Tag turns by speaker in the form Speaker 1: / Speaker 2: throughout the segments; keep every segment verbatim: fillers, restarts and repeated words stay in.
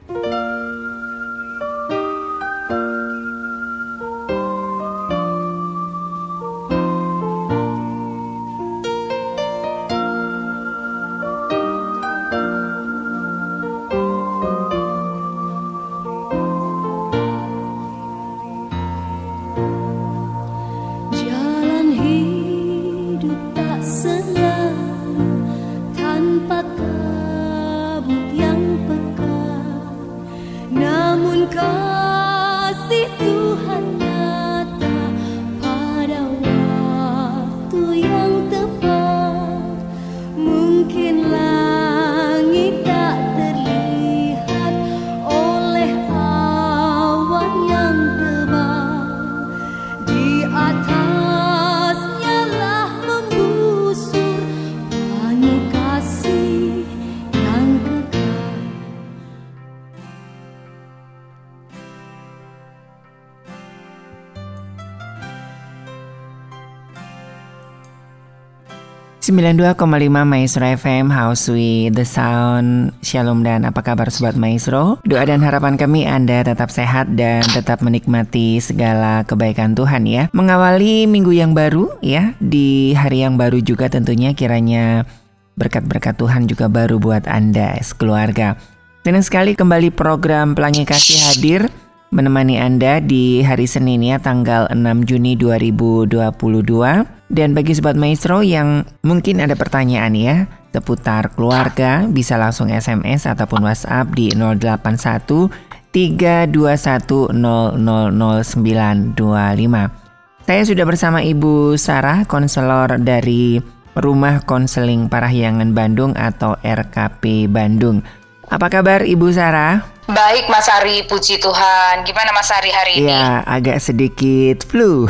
Speaker 1: sembilan puluh dua koma lima Maestro F M, House with the Sound. Shalom dan apa kabar Sobat Maestro? Doa dan harapan kami Anda tetap sehat dan tetap menikmati segala kebaikan Tuhan ya. Mengawali minggu yang baru ya, di hari yang baru juga tentunya, kiranya berkat-berkat Tuhan juga baru buat Anda sekeluarga. Senang sekali kembali program Pelangi Kasih hadir menemani Anda di hari Senin ya, tanggal enam Juni dua ribu dua puluh dua. Dan bagi Sobat Maestro yang mungkin ada pertanyaan ya seputar keluarga, bisa langsung S M S ataupun WhatsApp di nol delapan satu tiga dua satu nol nol nol sembilan dua lima. Saya sudah bersama Ibu Sarah, konselor dari Rumah Konseling Parahyangan Bandung atau R K P Bandung. Apa kabar Ibu Sarah?
Speaker 2: Baik Mas Ari, puji Tuhan. Gimana Mas Ari hari ini?
Speaker 1: Ya, agak sedikit flu.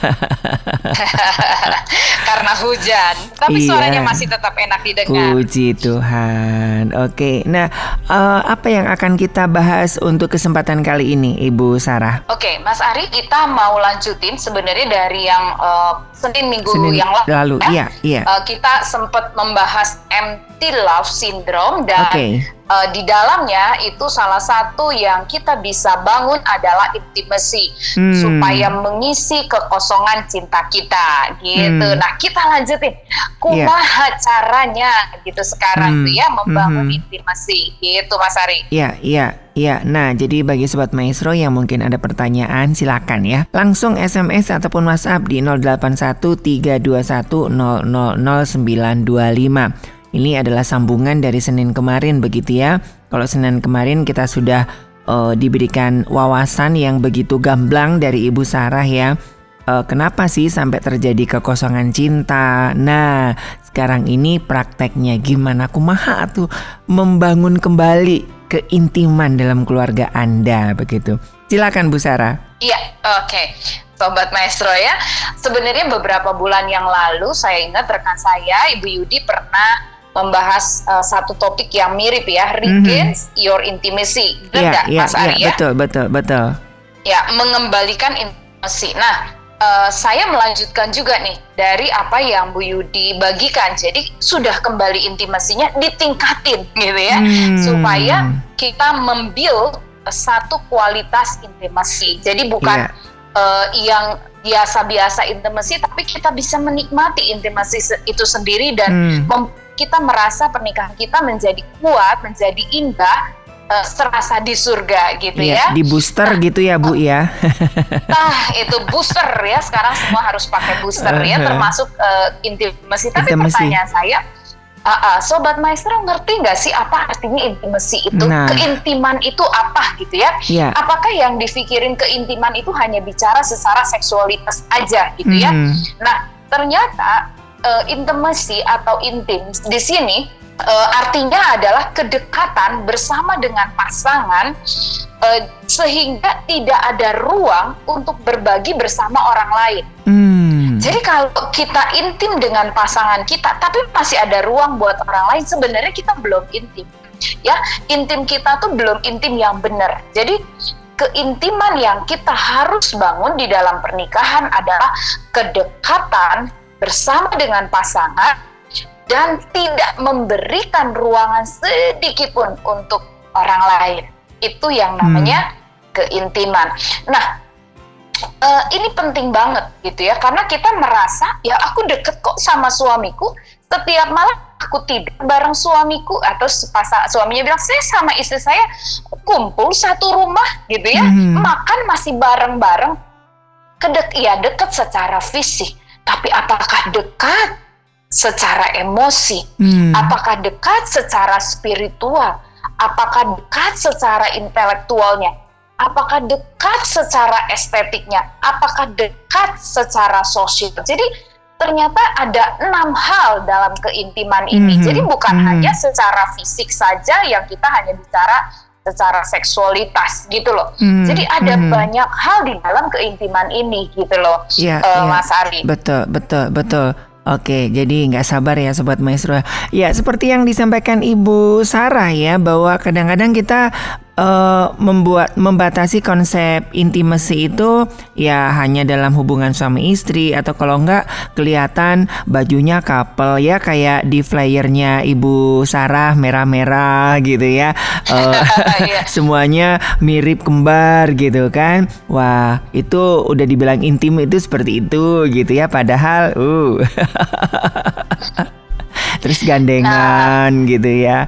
Speaker 2: Karena hujan. Tapi
Speaker 1: iya,
Speaker 2: suaranya masih tetap enak didengar.
Speaker 1: Puji Tuhan. Oke, nah uh, apa yang akan kita bahas untuk kesempatan kali ini Ibu Sarah?
Speaker 2: Oke, Mas Ari, kita mau lanjutin sebenarnya dari yang uh, Senin minggu
Speaker 1: Senin
Speaker 2: yang lalu.
Speaker 1: lalu ya? Iya, iya.
Speaker 2: Uh, kita sempat membahas empty love syndrome dan
Speaker 1: okay.
Speaker 2: Uh, di dalamnya itu salah satu yang kita bisa bangun adalah intimacy, hmm. supaya mengisi kekosongan cinta kita gitu. Hmm. Nah kita lanjutin kumaha yeah. caranya gitu sekarang hmm. tuh ya membangun hmm. intimacy gitu Mas Ari.
Speaker 1: Iya, iya. Ya, nah jadi bagi Sobat Maestro yang mungkin ada pertanyaan silakan ya. Langsung S M S ataupun WhatsApp di nol delapan satu tiga dua satu nol nol nol sembilan dua lima. Ini adalah sambungan dari Senin kemarin begitu ya. Kalau Senin kemarin kita sudah uh, diberikan wawasan yang begitu gamblang dari Ibu Sarah ya. Uh, kenapa sih sampai terjadi kekosongan cinta? Nah, sekarang ini prakteknya gimana? Kumaha tuh membangun kembali keintiman dalam keluarga Anda begitu. Silakan Bu Sarah.
Speaker 2: Iya, oke. Okay. Sobat Maestro ya. Sebenarnya beberapa bulan yang lalu saya ingat rekan saya Ibu Yudi pernah membahas uh, satu topik yang mirip ya, regain mm-hmm. your intimacy. Benar nggak, yeah, yeah, Mas Ari yeah, ya?
Speaker 1: Betul, betul, betul.
Speaker 2: Ya, mengembalikan intimacy. Nah, uh, saya melanjutkan juga nih dari apa yang Bu Yudi bagikan. Jadi sudah kembali intimasinya ditingkatin gitu ya, hmm. supaya kita membuild satu kualitas intimasi. Jadi bukan yeah. uh, yang biasa-biasa intimasi, tapi kita bisa menikmati intimasi itu sendiri dan hmm. mem- kita merasa pernikahan kita menjadi kuat, menjadi indah, uh, serasa di surga gitu
Speaker 1: ya.
Speaker 2: ya.
Speaker 1: Di booster nah, gitu ya Bu uh, ya.
Speaker 2: Nah itu booster ya, sekarang semua harus pakai booster uh-huh. ya, termasuk uh, intimasi. Tapi intimasi. Pertanyaan saya, uh, uh, Sobat Maestro ngerti nggak sih apa artinya intimasi itu? Nah. Keintiman itu apa gitu ya? Yeah. Apakah yang dipikirin keintiman itu hanya bicara secara seksualitas aja gitu ya? Mm. Nah ternyata Uh, intimacy atau intim di sini uh, artinya adalah kedekatan bersama dengan pasangan uh, sehingga tidak ada ruang untuk berbagi bersama orang lain. Hmm. Jadi kalau kita intim dengan pasangan kita, tapi masih ada ruang buat orang lain, sebenarnya kita belum intim. Ya, intim kita tuh belum intim yang benar. Jadi keintiman yang kita harus bangun di dalam pernikahan adalah kedekatan bersama dengan pasangan dan tidak memberikan ruangan sedikit pun untuk orang lain. Itu yang namanya hmm. keintiman. Nah, uh, ini penting banget gitu ya, karena kita merasa ya aku deket kok sama suamiku, setiap malam aku tidur bareng suamiku, atau sepasang suaminya bilang saya sama istri saya kumpul satu rumah gitu ya, hmm. makan masih bareng-bareng. Kedek, ya dekat secara fisik, tapi apakah dekat secara emosi? Hmm. Apakah dekat secara spiritual? Apakah dekat secara intelektualnya? Apakah dekat secara estetiknya? Apakah dekat secara sosial? Jadi ternyata ada enam hal dalam keintiman ini. Mm-hmm. Jadi bukan mm-hmm. hanya secara fisik saja yang kita hanya bicara secara seksualitas gitu loh. Mm-hmm. Jadi ada mm-hmm. banyak hal di dalam keintiman ini gitu loh, yeah, uh, yeah. Mas Ari.
Speaker 1: Betul, betul, betul. Oke, jadi nggak sabar ya Sobat Maestro. Ya, seperti yang disampaikan Ibu Sarah ya, bahwa kadang-kadang kita uh, membuat membatasi konsep intimacy itu ya hanya dalam hubungan suami istri, atau kalau nggak kelihatan bajunya couple ya, kayak di flyernya Ibu Sarah merah-merah gitu ya. Uh, semuanya mirip kembar gitu kan. Wah, itu udah dibilang intim itu seperti itu gitu ya, padahal uh terus gandengan nah, gitu ya,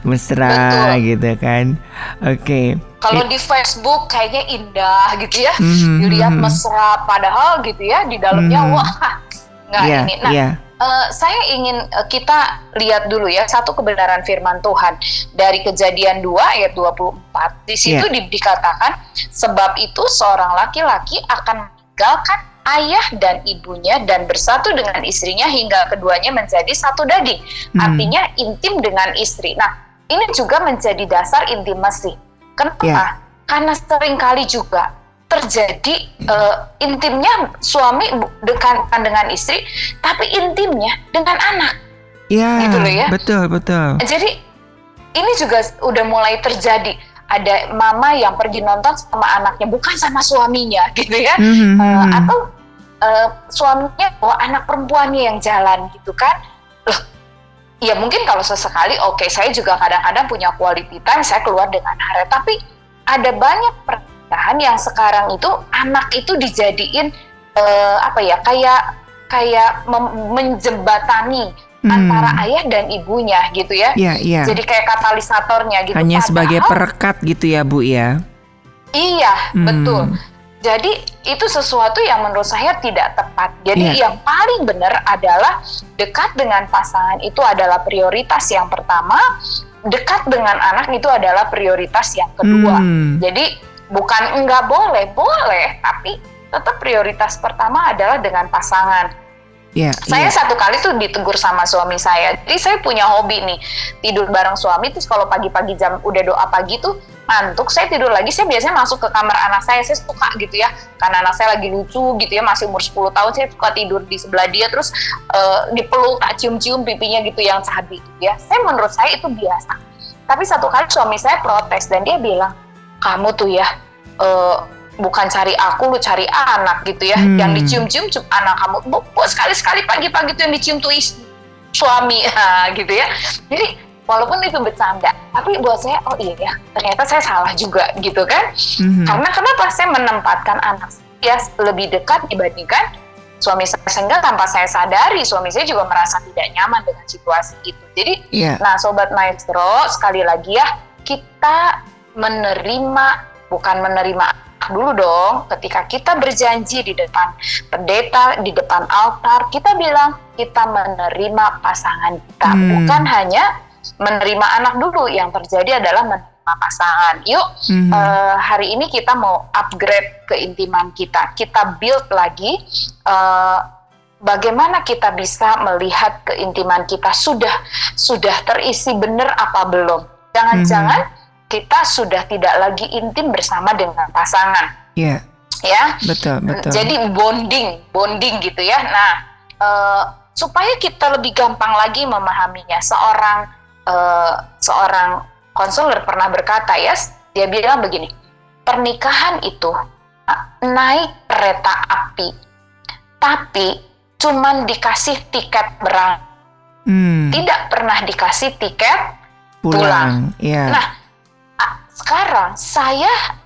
Speaker 1: mesra betul. Gitu kan. Oke. Okay.
Speaker 2: Kalau di Facebook kayaknya indah gitu ya, mm-hmm, dilihat mm-hmm. mesra, padahal gitu ya di dalamnya mm-hmm. wah nggak yeah, ini. Nah, yeah. uh, saya ingin uh, kita lihat dulu ya satu kebenaran firman Tuhan dari Kejadian dua ayat dua puluh empat. Di situ yeah. di, dikatakan, sebab itu seorang laki-laki akan meninggalkan ayah dan ibunya dan bersatu dengan istrinya hingga keduanya menjadi satu daging. Hmm. Artinya intim dengan istri. Nah, ini juga menjadi dasar intimasi. Kenapa? Yeah. Karena seringkali juga terjadi uh, intimnya suami dekat dengan istri, tapi intimnya dengan anak.
Speaker 1: Iya,
Speaker 2: gitu loh ya.
Speaker 1: Betul, betul.
Speaker 2: Jadi ini juga udah mulai terjadi. Ada mama yang pergi nonton sama anaknya, bukan sama suaminya gitu ya, mm-hmm. uh, atau uh, suaminya bawa anak perempuannya yang jalan gitu kan. Loh, ya mungkin kalau sesekali oke, okay, saya juga kadang-kadang punya quality time, saya keluar dengan Hare, tapi ada banyak pernikahan yang sekarang itu anak itu dijadiin uh, apa ya, kayak kayak mem- menjembatani Hmm. antara ayah dan ibunya gitu ya.
Speaker 1: Yeah, yeah.
Speaker 2: Jadi kayak katalisatornya gitu.
Speaker 1: Hanya
Speaker 2: padahal,
Speaker 1: sebagai perekat gitu ya Bu ya.
Speaker 2: Iya, hmm. betul. Jadi itu sesuatu yang menurut saya tidak tepat. Jadi yeah. yang paling benar adalah dekat dengan pasangan itu adalah prioritas yang pertama, dekat dengan anak itu adalah prioritas yang kedua. Hmm. Jadi bukan enggak boleh, boleh, tapi tetap prioritas pertama adalah dengan pasangan. Yeah, saya yeah. satu kali tuh ditegur sama suami saya. Jadi saya punya hobi nih, tidur bareng suami. Terus kalau pagi-pagi jam udah doa pagi tuh ngantuk, saya tidur lagi. Saya biasanya masuk ke kamar anak saya. Saya suka gitu ya, karena anak saya lagi lucu gitu ya, masih umur sepuluh tahun. Saya suka tidur di sebelah dia, terus uh, dipeluk, tak cium-cium pipinya gitu yang cabi gitu ya. Saya menurut saya itu biasa. Tapi satu kali suami saya protes dan dia bilang, kamu tuh ya uh, bukan cari aku, lu cari anak gitu ya. Hmm. Yang dicium-cium cium anak kamu. Bu, bu sekali-sekali pagi-pagi tuh yang dicium tuh is, suami ha, gitu ya. Jadi walaupun itu bercanda, tapi buat saya oh iya ya, ternyata saya salah juga gitu kan. Hmm. Karena kenapa saya menempatkan anak saya lebih dekat dibandingkan suami saya, sehingga tanpa saya sadari suami saya juga merasa tidak nyaman dengan situasi itu. Jadi yeah. nah Sobat Maestro, sekali lagi ya, kita menerima, bukan menerima dulu dong, ketika kita berjanji di depan pendeta, di depan altar, kita bilang kita menerima pasangan kita, hmm. bukan hanya menerima anak dulu. Yang terjadi adalah menerima pasangan. Yuk, hmm. uh, hari ini kita mau upgrade keintiman kita, kita build lagi uh, bagaimana kita bisa melihat keintiman kita sudah sudah terisi benar apa belum. Jangan-jangan hmm. kita sudah tidak lagi intim bersama dengan pasangan. Iya. Yeah. Ya. Betul, betul. Jadi bonding, bonding gitu ya. Nah, uh, supaya kita lebih gampang lagi memahaminya, seorang uh, seorang konselor pernah berkata ya, dia bilang begini, pernikahan itu naik kereta api, tapi cuman dikasih tiket berangkat, hmm. tidak pernah dikasih tiket pulang. pulang. Yeah. Nah, sekarang saya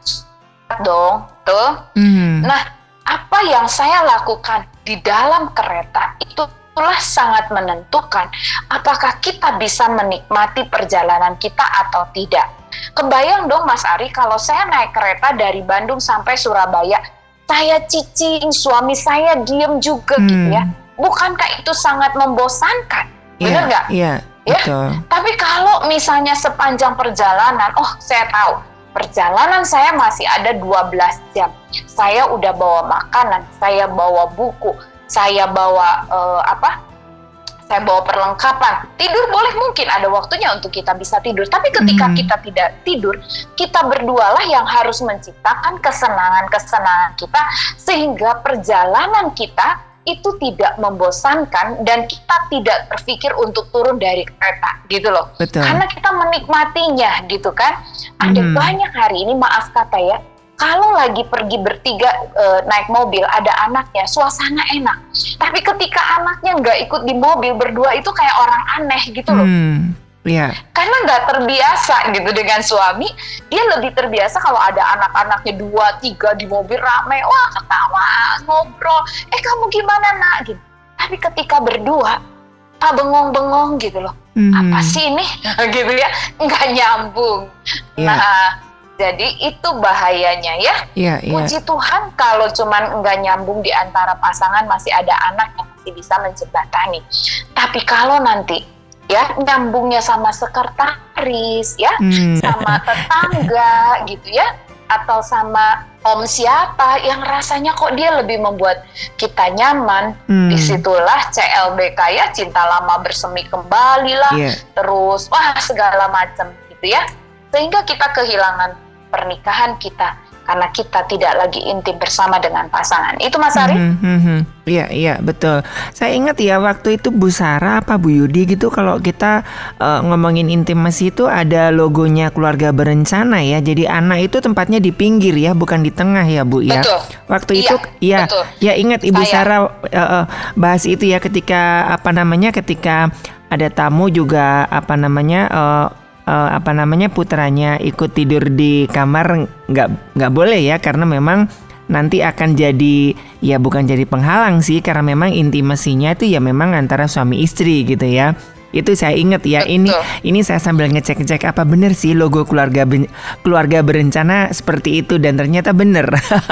Speaker 2: dong tuh. Mm. Nah, apa yang saya lakukan di dalam kereta itu itulah sangat menentukan apakah kita bisa menikmati perjalanan kita atau tidak. Kebayang dong Mas Ari, kalau saya naik kereta dari Bandung sampai Surabaya, saya cicing, suami saya diem juga hmm. gitu ya. Bukankah itu sangat membosankan? Benar nggak?
Speaker 1: Iya,
Speaker 2: ya?
Speaker 1: Betul.
Speaker 2: Tapi kalau misalnya sepanjang perjalanan, oh saya tahu, perjalanan saya masih ada dua belas jam. Saya udah bawa makanan, saya bawa buku, saya bawa uh, apa? Saya bawa perlengkapan. Tidur boleh, mungkin ada waktunya untuk kita bisa tidur. Tapi ketika mm. kita tidak tidur, kita berdualah yang harus menciptakan kesenangan-kesenangan kita sehingga perjalanan kita itu tidak membosankan dan kita tidak berpikir untuk turun dari kereta, gitu loh.
Speaker 1: Betul.
Speaker 2: Karena kita menikmatinya, gitu kan. Ada mm. banyak hari ini, maaf kata ya, kalau lagi pergi bertiga e, naik mobil, ada anaknya, suasana enak. Tapi ketika anaknya nggak ikut di mobil, berdua itu kayak orang aneh gitu loh. Hmm,
Speaker 1: yeah.
Speaker 2: Karena nggak terbiasa gitu dengan suami. Dia lebih terbiasa kalau ada anak-anaknya dua, tiga di mobil rame. Wah, ketawa, ngobrol. Eh kamu gimana nak? Gitu. Tapi ketika berdua, pak bengong-bengong gitu loh. Hmm. Apa sih ini? gitu ya, nggak nyambung. Yeah. Nah, jadi itu bahayanya ya.
Speaker 1: Yeah, yeah.
Speaker 2: Puji Tuhan kalau cuman nggak nyambung di antara pasangan, masih ada anak yang masih bisa menjembatani. Tapi kalau nanti ya nyambungnya sama sekretaris ya, hmm. sama tetangga gitu ya, atau sama om siapa yang rasanya kok dia lebih membuat kita nyaman, hmm. disitulah C L B K ya, cinta lama bersemi kembali lah, yeah. terus wah segala macam gitu ya, sehingga kita kehilangan pernikahan kita karena kita tidak lagi intim bersama dengan pasangan. Itu Mas Ari?
Speaker 1: Iya, mm-hmm, mm-hmm. iya betul. Saya ingat ya waktu itu Bu Sarah apa Bu Yudi gitu, kalau kita uh, ngomongin intimasi itu ada logonya keluarga berencana ya. Jadi anak itu tempatnya di pinggir ya, bukan di tengah ya Bu ya.
Speaker 2: Betul.
Speaker 1: Waktu
Speaker 2: iya,
Speaker 1: itu ya,
Speaker 2: betul.
Speaker 1: ya ingat Ibu
Speaker 2: Saya.
Speaker 1: Sarah uh, uh, bahas itu ya ketika apa namanya ketika ada tamu juga apa namanya uh, Uh, apa namanya putranya ikut tidur di kamar, nggak nggak boleh ya, karena memang nanti akan jadi ya bukan jadi penghalang sih, karena memang intimasinya itu ya memang antara suami istri gitu ya. Itu saya ingat ya. Betul. ini ini saya sambil ngecek-ngecek apa bener sih logo keluarga ben, keluarga berencana seperti itu, dan ternyata bener.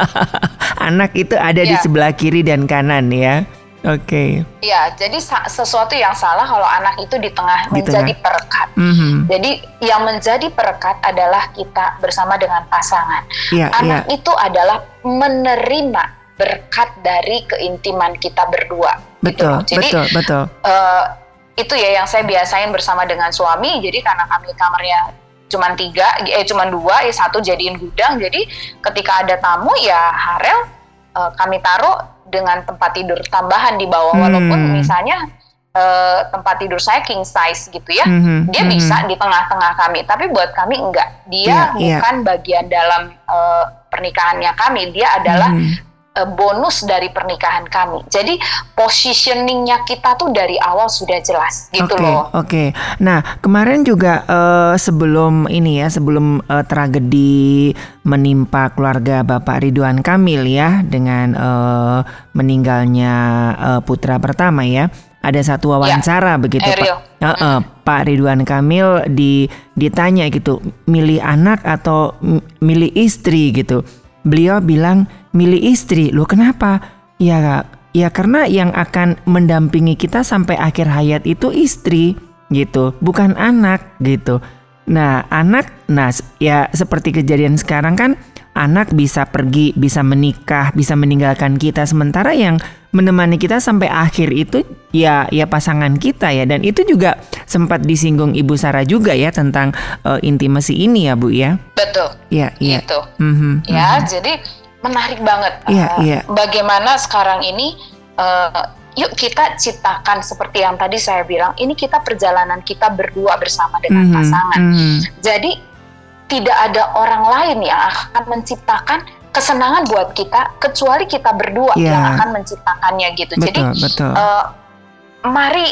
Speaker 1: Anak itu ada ya. Di sebelah kiri dan kanan ya. Oke. Okay.
Speaker 2: Ya, jadi sa- sesuatu yang salah kalau anak itu di tengah di menjadi tengah. perekat. Mm-hmm. Jadi yang menjadi perekat adalah kita bersama dengan pasangan. Ya, anak ya. itu adalah menerima berkat dari keintiman kita berdua.
Speaker 1: Betul,
Speaker 2: gitu. Jadi,
Speaker 1: betul, betul.
Speaker 2: Uh, itu ya yang saya biasain bersama dengan suami. Jadi karena kami kamarnya cuma tiga, eh cuma dua, ya satu jadiin gudang. Jadi ketika ada tamu ya harel uh, kami taruh dengan tempat tidur tambahan di bawah, hmm. walaupun misalnya uh, tempat tidur saya king size gitu ya, hmm. dia hmm. bisa di tengah-tengah kami, tapi buat kami enggak, dia yeah, bukan yeah. bagian dalam uh, pernikahannya kami, dia adalah hmm. uh, bonus dari pernikahan kami. Jadi positioningnya kita tuh dari awal sudah jelas gitu
Speaker 1: okay,
Speaker 2: loh.
Speaker 1: Oke, okay. Nah kemarin juga uh, sebelum ini ya, sebelum uh, tragedi menimpa keluarga Bapak Ridwan Kamil ya, dengan uh, meninggalnya uh, putra pertama ya, ada satu wawancara ya, begitu Pak. Uh, uh, Pak Ridwan Kamil di, ditanya gitu, milih anak atau m- milih istri gitu. Beliau bilang milih istri. Loh kenapa? Ya, ya karena yang akan mendampingi kita sampai akhir hayat itu istri gitu, bukan anak gitu. Nah anak, nah ya seperti kejadian sekarang kan, anak bisa pergi, bisa menikah, bisa meninggalkan kita, sementara yang menemani kita sampai akhir itu ya ya pasangan kita ya. Dan itu juga sempat disinggung Ibu Sarah juga ya tentang uh, intimasi ini ya Bu ya.
Speaker 2: Betul.
Speaker 1: Iya iya.
Speaker 2: Itu.
Speaker 1: Mm-hmm,
Speaker 2: ya
Speaker 1: mm-hmm.
Speaker 2: Jadi menarik banget.
Speaker 1: Iya
Speaker 2: uh,
Speaker 1: iya.
Speaker 2: Bagaimana sekarang ini. Uh, Yuk kita ciptakan seperti yang tadi saya bilang, ini kita perjalanan kita berdua bersama dengan mm-hmm, pasangan. Mm-hmm. Jadi tidak ada orang lain yang akan menciptakan kesenangan buat kita kecuali kita berdua yeah. yang akan menciptakannya gitu.
Speaker 1: Betul,
Speaker 2: Jadi
Speaker 1: betul.
Speaker 2: Uh, mari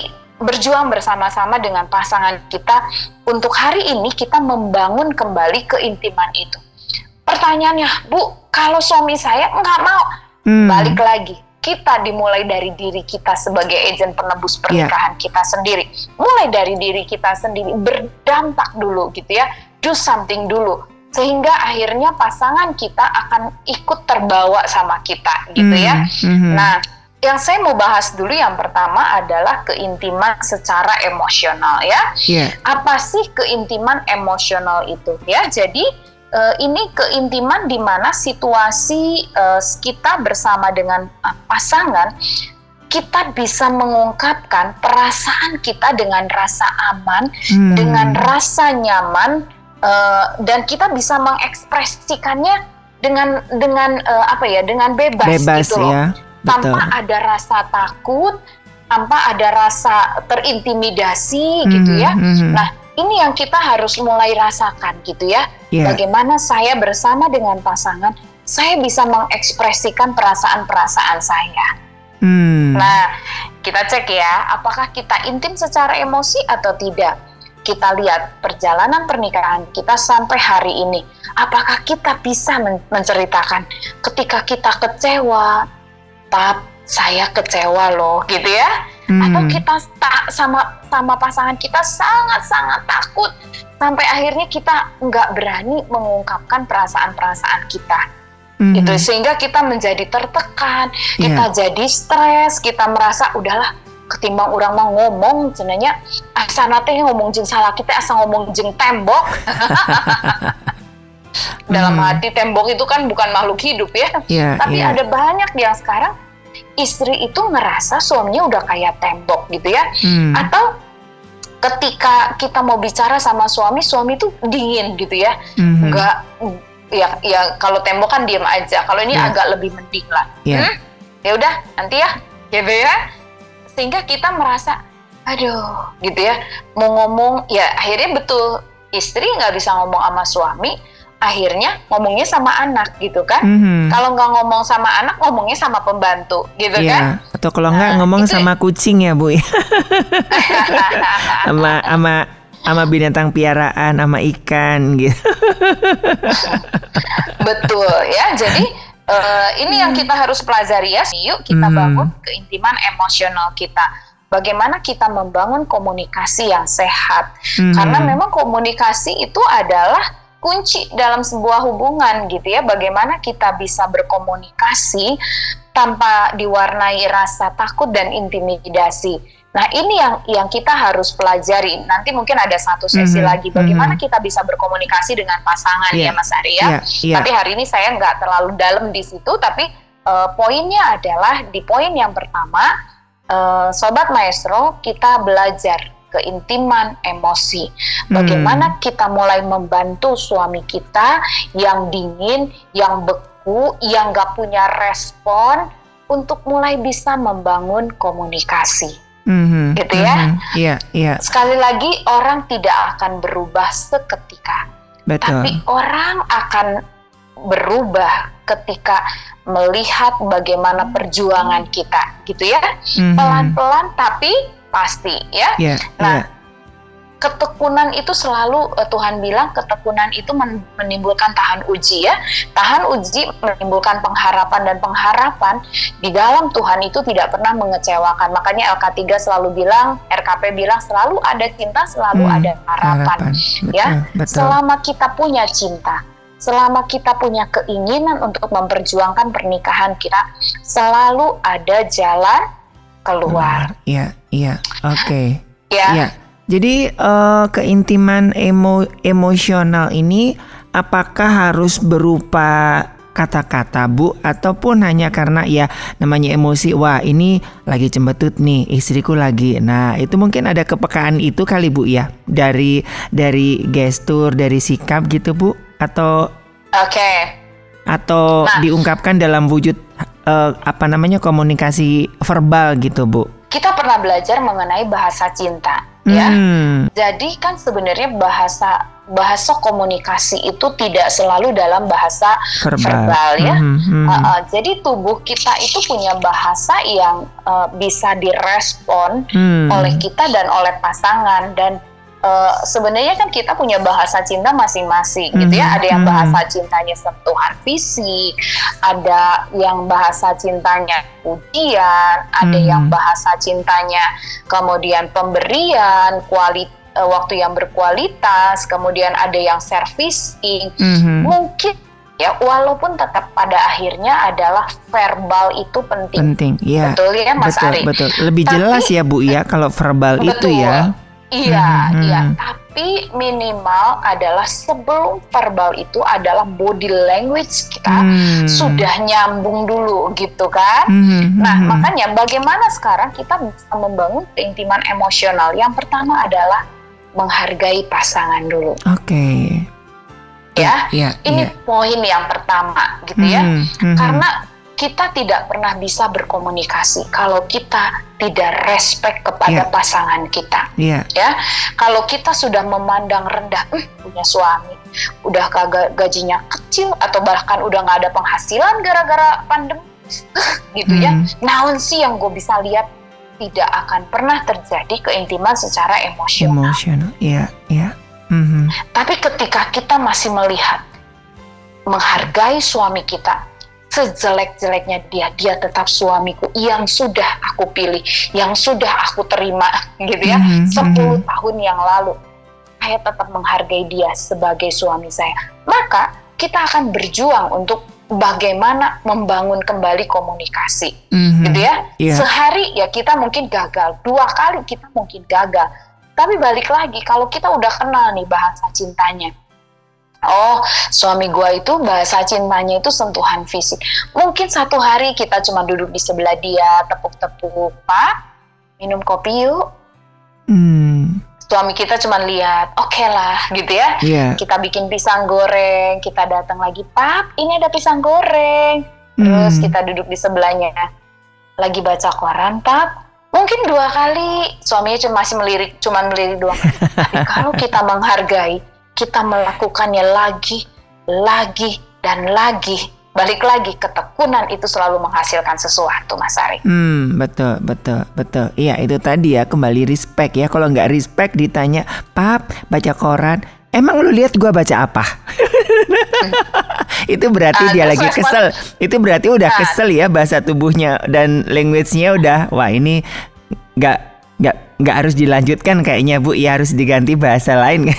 Speaker 2: berjuang bersama-sama dengan pasangan kita untuk hari ini kita membangun kembali keintiman itu. Pertanyaannya, Bu, kalau suami saya nggak mau, hmm. balik lagi. Kita dimulai dari diri kita sebagai agen penebus pernikahan yeah. kita sendiri. Mulai dari diri kita sendiri, berdampak dulu gitu ya. Do something dulu. Sehingga akhirnya pasangan kita akan ikut terbawa sama kita gitu mm, ya. Mm-hmm. Nah, yang saya mau bahas dulu yang pertama adalah keintiman secara emosional ya. Yeah. Apa sih keintiman emosional itu ya? Jadi Uh, ini keintiman di mana situasi uh, kita bersama dengan uh, pasangan, kita bisa mengungkapkan perasaan kita dengan rasa aman, hmm. dengan rasa nyaman, uh, dan kita bisa mengekspresikannya dengan dengan uh, apa ya, dengan bebas,
Speaker 1: bebas
Speaker 2: gitu loh,
Speaker 1: ya.
Speaker 2: Tanpa
Speaker 1: Betul.
Speaker 2: ada rasa takut, tanpa ada rasa terintimidasi, hmm. gitu ya. Hmm. Nah, ini yang kita harus mulai rasakan gitu ya. Yeah. Bagaimana saya bersama dengan pasangan, saya bisa mengekspresikan perasaan-perasaan saya. Hmm. Nah, kita cek ya, apakah kita intim secara emosi atau tidak. Kita lihat perjalanan pernikahan kita sampai hari ini. Apakah kita bisa men- menceritakan ketika kita kecewa, Pap, saya kecewa loh, gitu ya. Hmm. Atau kita tak sama sama pasangan kita sangat-sangat takut sampai akhirnya kita nggak berani mengungkapkan perasaan-perasaan kita, hmm. gitu. Sehingga kita menjadi tertekan, yeah. kita jadi stres, kita merasa udahlah ketimbang orang mau ngomong, cenanya asana teh ngomong jeung salah kita asa ngomong jeung tembok. Dalam hmm. hati tembok itu kan bukan makhluk hidup ya, yeah, tapi yeah. ada banyak yang sekarang istri itu ngerasa suaminya udah kayak tembok gitu ya. Hmm. Atau ketika kita mau bicara sama suami, suami itu dingin gitu ya. Hmm. Enggak, ya, ya kalau tembok kan diem aja. Kalau ini yeah. agak lebih mending lah. Yeah. Hmm? Ya udah nanti ya, gitu ya. Sehingga kita merasa, aduh, gitu ya. Mau ngomong, ya akhirnya betul istri nggak bisa ngomong sama suami. Akhirnya ngomongnya sama anak gitu kan. Mm-hmm. Kalau nggak ngomong sama anak, ngomongnya sama pembantu gitu
Speaker 1: yeah.
Speaker 2: kan.
Speaker 1: Atau kalau nggak nah, ngomong itu... sama kucing ya Bu ya. sama sama sama binatang piaraan, sama ikan gitu.
Speaker 2: Betul ya. Jadi uh, ini yang kita harus pelajari ya. Yuk kita mm. bangun keintiman emosional kita. Bagaimana kita membangun komunikasi yang sehat. Mm. Karena memang komunikasi itu adalah kunci dalam sebuah hubungan gitu ya. Bagaimana kita bisa berkomunikasi tanpa diwarnai rasa takut dan intimidasi. Nah ini yang yang kita harus pelajari. Nanti mungkin ada satu sesi mm-hmm. lagi. Bagaimana mm-hmm. kita bisa berkomunikasi dengan pasangan yeah. ya Mas Ari ya. Yeah. Yeah. Tapi hari ini saya nggak terlalu dalam di situ. Tapi uh, poinnya adalah di poin yang pertama, uh, Sobat Maestro, kita belajar keintiman emosi. Bagaimana hmm. kita mulai membantu suami kita yang dingin, yang beku, yang gak punya respon untuk mulai bisa membangun komunikasi. Hmm. Gitu ya. Hmm. Yeah, yeah. Sekali lagi, orang tidak akan berubah seketika. Betul. Tapi orang akan berubah ketika melihat bagaimana perjuangan kita. Gitu ya. Hmm. Pelan-pelan tapi pasti ya. Yeah, nah, yeah. ketekunan itu selalu uh, Tuhan bilang ketekunan itu men- menimbulkan tahan uji ya. Tahan uji menimbulkan pengharapan dan pengharapan di dalam Tuhan itu tidak pernah mengecewakan. Makanya L K tiga selalu bilang, R K P bilang selalu ada cinta, selalu hmm, ada harapan. harapan. Betul, ya. Betul. Selama kita punya cinta, selama kita punya keinginan untuk memperjuangkan pernikahan kita, selalu ada jalan keluar.
Speaker 1: Iya, iya, oke. Okay.
Speaker 2: Ya.
Speaker 1: Ya. Jadi uh, keintiman emo emosional ini apakah harus berupa kata-kata Bu, ataupun hanya karena ya namanya emosi, wah ini lagi cembetut nih istriku lagi. Nah itu mungkin ada kepekaan itu kali Bu ya, dari dari gestur, dari sikap gitu Bu, atau
Speaker 2: oke okay.
Speaker 1: atau nah. diungkapkan dalam wujud Uh, apa namanya komunikasi verbal gitu Bu.
Speaker 2: Kita pernah belajar mengenai bahasa cinta ya. Jadi kan sebenarnya bahasa bahasa komunikasi itu tidak selalu dalam bahasa verbal, verbal ya. Mm-hmm. Uh, uh, jadi tubuh kita itu punya bahasa yang uh, bisa direspon mm. oleh kita dan oleh pasangan. Dan uh, sebenarnya kan kita punya bahasa cinta masing-masing, mm-hmm. gitu ya. Ada yang bahasa cintanya sentuhan fisik, ada yang bahasa cintanya pujian, ada mm. yang bahasa cintanya kemudian pemberian, kualitas, waktu yang berkualitas, kemudian ada yang servicing. Mm-hmm. Mungkin ya, walaupun tetap pada akhirnya adalah verbal itu penting.
Speaker 1: Penting, ya.
Speaker 2: Betul ya, Mas
Speaker 1: betul,
Speaker 2: Ari.
Speaker 1: Betul. Lebih Tapi, jelas ya, Bu ya, kalau verbal betul, itu ya.
Speaker 2: Iya, mm-hmm. iya. Tapi minimal adalah sebelum verbal itu adalah body language kita mm. sudah nyambung dulu, gitu kan? Mm-hmm. Nah, makanya bagaimana sekarang kita bisa membangun keintiman emosional? Yang pertama adalah menghargai pasangan dulu.
Speaker 1: Oke. Okay.
Speaker 2: Ya,
Speaker 1: yeah,
Speaker 2: ini
Speaker 1: yeah.
Speaker 2: poin yang pertama, gitu
Speaker 1: mm-hmm.
Speaker 2: ya.
Speaker 1: Mm-hmm.
Speaker 2: Karena kita tidak pernah bisa berkomunikasi kalau kita tidak respect kepada yeah. pasangan kita.
Speaker 1: Yeah.
Speaker 2: Ya, kalau kita sudah memandang rendah, hm, punya suami, udah kagak gajinya kecil atau bahkan udah nggak ada penghasilan gara-gara pandemi, gitu mm. ya. Naon sih yang gue bisa lihat? Tidak akan pernah terjadi keintiman secara emosional.
Speaker 1: Emosional, iya, iya. Mm-hmm.
Speaker 2: Tapi ketika kita masih melihat, menghargai suami kita, sejelek-jeleknya dia, dia tetap suamiku yang sudah aku pilih, yang sudah aku terima, gitu ya. Mm-hmm. sepuluh tahun yang lalu, saya tetap menghargai dia sebagai suami saya. Maka kita akan berjuang untuk bagaimana membangun kembali komunikasi, mm-hmm. gitu ya. Yeah. Sehari ya kita mungkin gagal, dua kali kita mungkin gagal. Tapi balik lagi, kalau kita udah kenal nih bahasa cintanya, oh suami gua itu bahasa cintanya itu sentuhan fisik. Mungkin satu hari kita cuma duduk di sebelah dia, tepuk-tepuk, Pak, minum kopi yuk. Mm. Suami kita cuma lihat, oke okay lah, gitu ya. Yeah. Kita bikin pisang goreng, kita datang lagi, Pap, ini ada pisang goreng. Terus mm. kita duduk di sebelahnya, lagi baca koran, Pap. Mungkin dua kali, suaminya cuma masih melirik, cuma melirik doang. Tapi kalau kita menghargai, kita melakukannya lagi, lagi, dan lagi. Balik lagi, ketekunan itu selalu menghasilkan sesuatu, Mas Ari.
Speaker 1: Hmm, betul, betul, betul. Iya, itu tadi ya, kembali respect ya. Kalau nggak respect ditanya, Pap, baca koran, emang lu lihat gua baca apa? Itu berarti uh, dia lagi kesel. Itu berarti udah uh. kesel ya, bahasa tubuhnya dan language-nya udah, wah ini nggak nggak nggak harus dilanjutkan kayaknya, Bu. Ya harus diganti bahasa lain.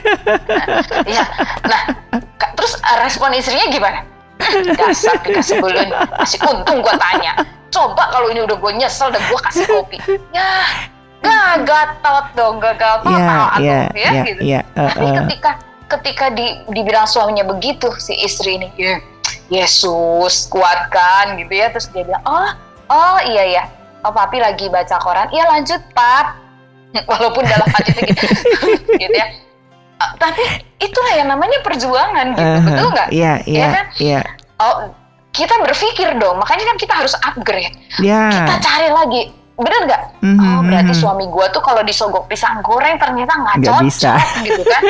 Speaker 2: Iya. Nah, terus respon istrinya gimana? Dasar dikasih belun, masih untung gue tanya. Coba kalau ini udah gue nyesel dan gue kasih kopi, ya nggak gatot dong, nggak gatot yeah, atau yeah, ya yeah, gitu. Yeah, uh, Tapi ketika ketika di, dibilang suaminya begitu, si istri ini, ya Yesus kuatkan gitu ya, terus dia bilang, oh oh iya ya, oh papi lagi baca koran, iya lanjut Pap, walaupun dalam hatinya gitu, gitu ya. Tapi itulah yang namanya perjuangan gitu, uh-huh. betul nggak?
Speaker 1: Iya, iya,
Speaker 2: ya kan?
Speaker 1: Iya.
Speaker 2: Oh, kita berpikir dong, makanya kan kita harus upgrade.
Speaker 1: Yeah.
Speaker 2: Kita cari lagi, bener nggak? Mm-hmm. Oh, berarti suami gue tuh kalau disogok pisang goreng ternyata nggak cocok, bisa. Gitu kan?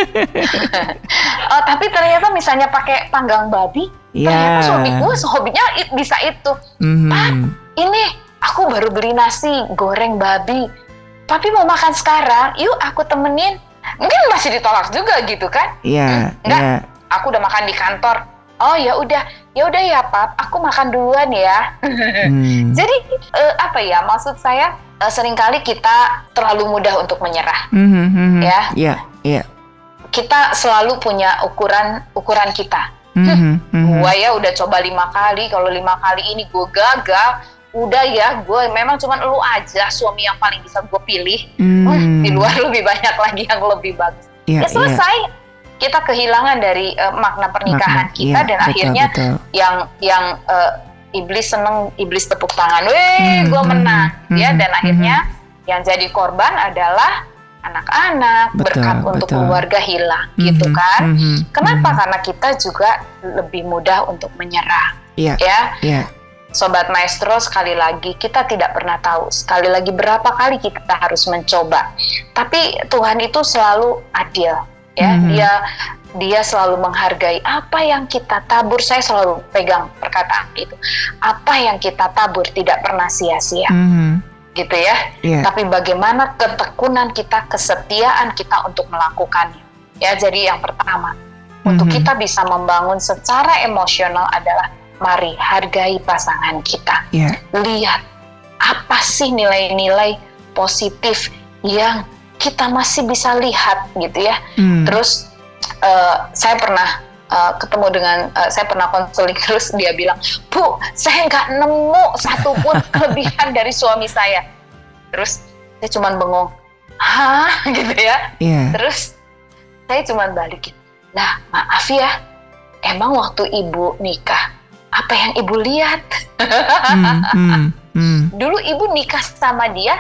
Speaker 2: Oh, tapi ternyata misalnya pakai panggang babi, yeah. ternyata suami gue hobinya bisa itu. Mm-hmm. Pak, ini aku baru beli nasi goreng babi, tapi mau makan sekarang, yuk aku temenin. Mungkin masih ditolak juga gitu kan?
Speaker 1: Iya.
Speaker 2: Hmm, enggak,
Speaker 1: yeah.
Speaker 2: aku udah makan di kantor. Oh ya udah, ya udah ya Pap, aku makan duluan ya. Hmm. Jadi uh, apa ya? Maksud saya uh, seringkali kita terlalu mudah untuk menyerah,
Speaker 1: mm-hmm, mm-hmm.
Speaker 2: ya.
Speaker 1: Iya, yeah, iya. Yeah.
Speaker 2: Kita selalu punya ukuran ukuran kita.
Speaker 1: Mm-hmm, mm-hmm.
Speaker 2: Gua ya udah coba lima kali, kalau lima kali ini gue gagal. Udah ya, gue memang cuma lu aja suami yang paling bisa gue pilih. Hmm. Oh, di luar lebih banyak lagi yang lebih bagus. Ya, ya selesai. Ya. Kita kehilangan dari uh, makna pernikahan makna, kita ya, dan betul, akhirnya betul. yang yang uh, iblis seneng, iblis tepuk tangan, weh, hmm, gue menang, hmm, ya. Dan hmm, akhirnya hmm. yang jadi korban adalah anak-anak, betul, berkat betul. Untuk keluarga hilang, hmm, gitu kan? Hmm, Kenapa? Hmm. Karena kita juga lebih mudah untuk menyerah,
Speaker 1: ya.
Speaker 2: ya.
Speaker 1: ya.
Speaker 2: Sobat Maestro, sekali lagi kita tidak pernah tahu sekali lagi berapa kali kita harus mencoba. Tapi Tuhan itu selalu adil, ya. Mm-hmm. Dia dia selalu menghargai apa yang kita tabur. Saya selalu pegang perkataan itu. Apa yang kita tabur tidak pernah sia-sia. Mm-hmm. Gitu ya. Yeah. Tapi bagaimana ketekunan kita, kesetiaan kita untuk melakukannya. Ya, jadi yang pertama, mm-hmm. untuk kita bisa membangun secara emosional adalah mari hargai pasangan kita. Yeah. Lihat apa sih nilai-nilai positif yang kita masih bisa lihat gitu ya. Mm. Terus uh, saya pernah uh, ketemu dengan, uh, saya pernah konseling, terus dia bilang, Bu, saya nggak nemu satupun kelebihan dari suami saya. Terus saya cuma bengong, hah gitu ya. Yeah. Terus saya cuma balikin, nah maaf ya, emang waktu ibu nikah, apa yang ibu lihat? mm, mm, mm. Dulu ibu nikah sama dia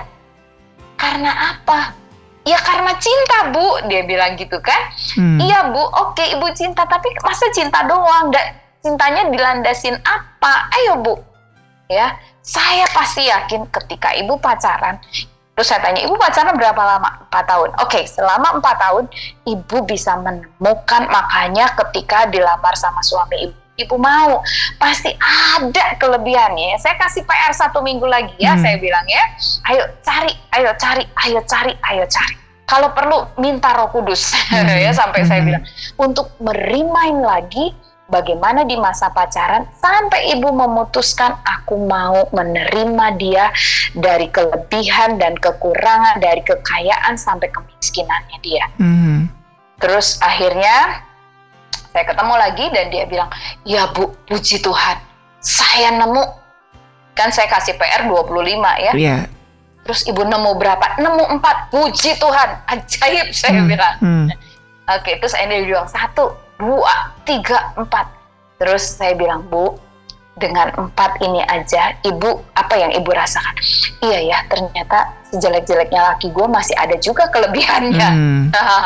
Speaker 2: karena apa? Ya karena cinta, Bu, dia bilang gitu kan. Mm. Iya, Bu, oke ibu cinta, tapi masa cinta doang? Da, cintanya dilandasin apa? Ayo, Bu. Ya, saya pasti yakin ketika ibu pacaran, terus saya tanya, ibu pacaran berapa lama? empat tahun. Oke, selama empat tahun, ibu bisa menemukan, makanya ketika dilamar sama suami ibu, ibu mau, pasti ada kelebihannya. Saya kasih P R satu minggu lagi ya, hmm. saya bilang ya, ayo cari, ayo cari, ayo cari, ayo cari. Kalau perlu minta Roh Kudus, hmm. ya sampai hmm. saya bilang, untuk merimain lagi bagaimana di masa pacaran sampai ibu memutuskan aku mau menerima dia dari kelebihan dan kekurangan, dari kekayaan sampai kemiskinannya dia. Hmm. Terus akhirnya saya ketemu lagi dan dia bilang, ya Bu, puji Tuhan, saya nemu. Kan saya kasih P R dua puluh lima ya. Yeah. Terus ibu nemu berapa? Nemu empat, puji Tuhan, ajaib saya hmm. bilang. Hmm. Oke, terus dia bilang, satu, dua, tiga, empat. Terus saya bilang, Bu, dengan empat ini aja, ibu, apa yang ibu rasakan? Iya ya, ternyata sejelek-jeleknya laki gue masih ada juga kelebihannya. Hmm.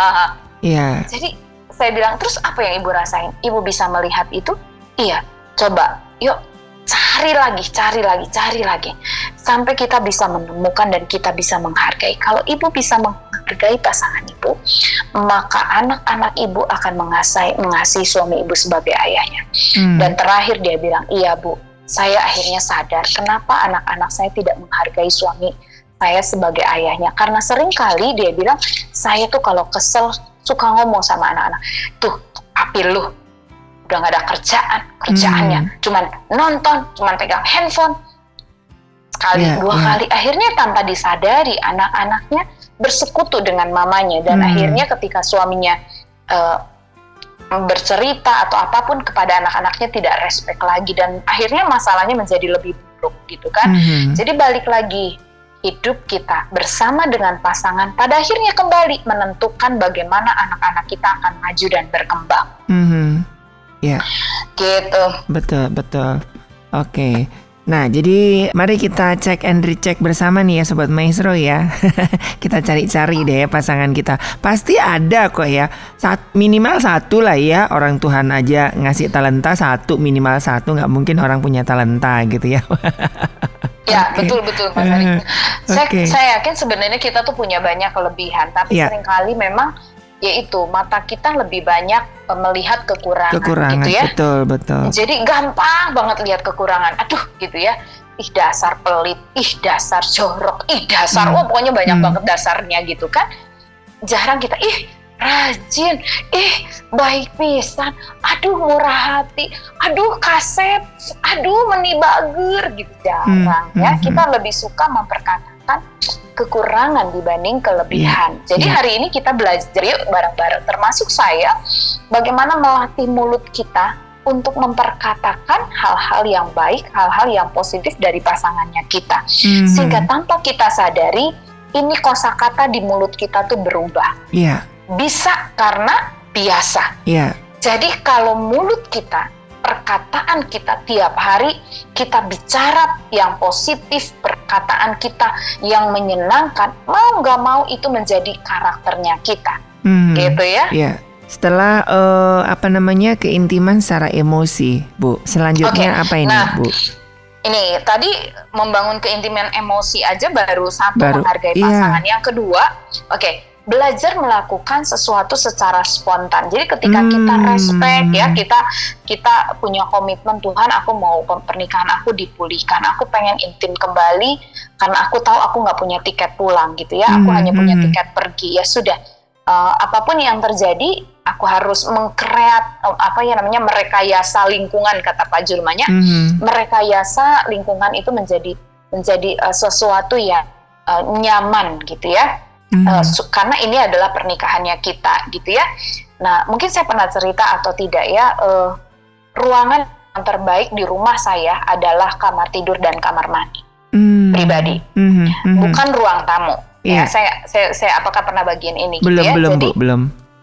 Speaker 2: yeah. Jadi saya bilang, terus apa yang ibu rasain? Ibu bisa melihat itu? Iya, coba, yuk cari lagi, cari lagi, cari lagi. Sampai kita bisa menemukan dan kita bisa menghargai. Kalau ibu bisa menghargai pasangan ibu, maka anak-anak ibu akan mengasihi, mengasihi suami ibu sebagai ayahnya. Hmm. Dan terakhir dia bilang, iya Bu, saya akhirnya sadar kenapa anak-anak saya tidak menghargai suami saya sebagai ayahnya. Karena seringkali dia bilang, saya tuh kalau kesel suka ngomong sama anak-anak, tuh api lu udah gak ada kerjaan, kerjaannya hmm. cuman nonton, cuman pegang handphone sekali, yeah, dua yeah. kali, akhirnya tanpa disadari anak-anaknya bersekutu dengan mamanya dan hmm. akhirnya ketika suaminya uh, bercerita atau apapun kepada anak-anaknya tidak respect lagi dan akhirnya masalahnya menjadi lebih buruk gitu kan. Hmm. Jadi balik lagi, hidup kita bersama dengan pasangan pada akhirnya kembali menentukan bagaimana anak-anak kita akan maju dan berkembang. Mm-hmm. Ya, yeah. Gitu.
Speaker 1: Betul, betul. Oke. Okay. Nah, jadi mari kita cek and recheck bersama nih ya Sobat Maestro ya. Kita cari-cari deh pasangan kita. Pasti ada kok ya. Sat, minimal satu lah ya. Orang Tuhan aja ngasih talenta satu, minimal satu. Gak mungkin orang punya talenta gitu ya.
Speaker 2: Ya, okay. betul betul Mas Ari. Saya, okay. saya yakin sebenarnya kita tuh punya banyak kelebihan, tapi yeah. seringkali memang yaitu mata kita lebih banyak melihat kekurangan,
Speaker 1: kekurangan
Speaker 2: gitu ya.
Speaker 1: Betul betul.
Speaker 2: Jadi gampang banget lihat kekurangan. Aduh, gitu ya. Ih dasar pelit, ih dasar jorok, ih dasar, hmm. oh pokoknya banyak hmm. banget dasarnya gitu kan. Jarang kita, ih rajin, ih baik pisan, aduh murah hati, aduh kasep, aduh menibager gitu jarang hmm, ya. Hmm, kita hmm. lebih suka memperkatakan kekurangan dibanding kelebihan. Yeah, Jadi yeah. hari ini kita belajar yuk bareng-bareng, termasuk saya, bagaimana melatih mulut kita untuk memperkatakan hal-hal yang baik, hal-hal yang positif dari pasangannya kita, hmm. sehingga tanpa kita sadari ini kosakata di mulut kita tuh berubah. Iya. Yeah. Bisa karena biasa. Iya. Yeah. Jadi kalau mulut kita, perkataan kita tiap hari, kita bicara yang positif, perkataan kita yang menyenangkan, mau nggak mau itu menjadi karakternya kita. Hmm. Gitu ya. Iya. Yeah. Setelah uh, apa namanya keintiman secara emosi, Bu. Selanjutnya okay. apa ini, nah, Bu? ini tadi membangun keintiman emosi aja baru satu,
Speaker 1: baru,
Speaker 2: menghargai
Speaker 1: iya.
Speaker 2: pasangan. Yang kedua, oke, okay, belajar melakukan sesuatu secara spontan. Jadi ketika hmm. kita respect ya, kita kita punya komitmen, Tuhan, aku mau pernikahan aku dipulihkan, aku pengen intim kembali karena aku tahu aku nggak punya tiket pulang gitu ya, aku hmm. hanya punya tiket pergi. Ya sudah, uh, apapun yang terjadi, aku harus mengkreat uh, apa ya namanya merekayasa lingkungan, kata Pak Julmanya, mm-hmm. merekayasa lingkungan itu menjadi menjadi uh, sesuatu yang uh, nyaman gitu ya, mm-hmm. uh, su- karena ini adalah pernikahannya kita gitu ya. Nah mungkin saya pernah cerita atau tidak ya, uh, ruangan yang terbaik di rumah saya adalah kamar tidur dan kamar mandi mm-hmm. pribadi, mm-hmm. bukan ruang tamu. Yeah. Ya, saya, saya saya apakah pernah bagian ini
Speaker 1: belum
Speaker 2: gitu ya?
Speaker 1: Belum
Speaker 2: Jadi,
Speaker 1: Bu, belum.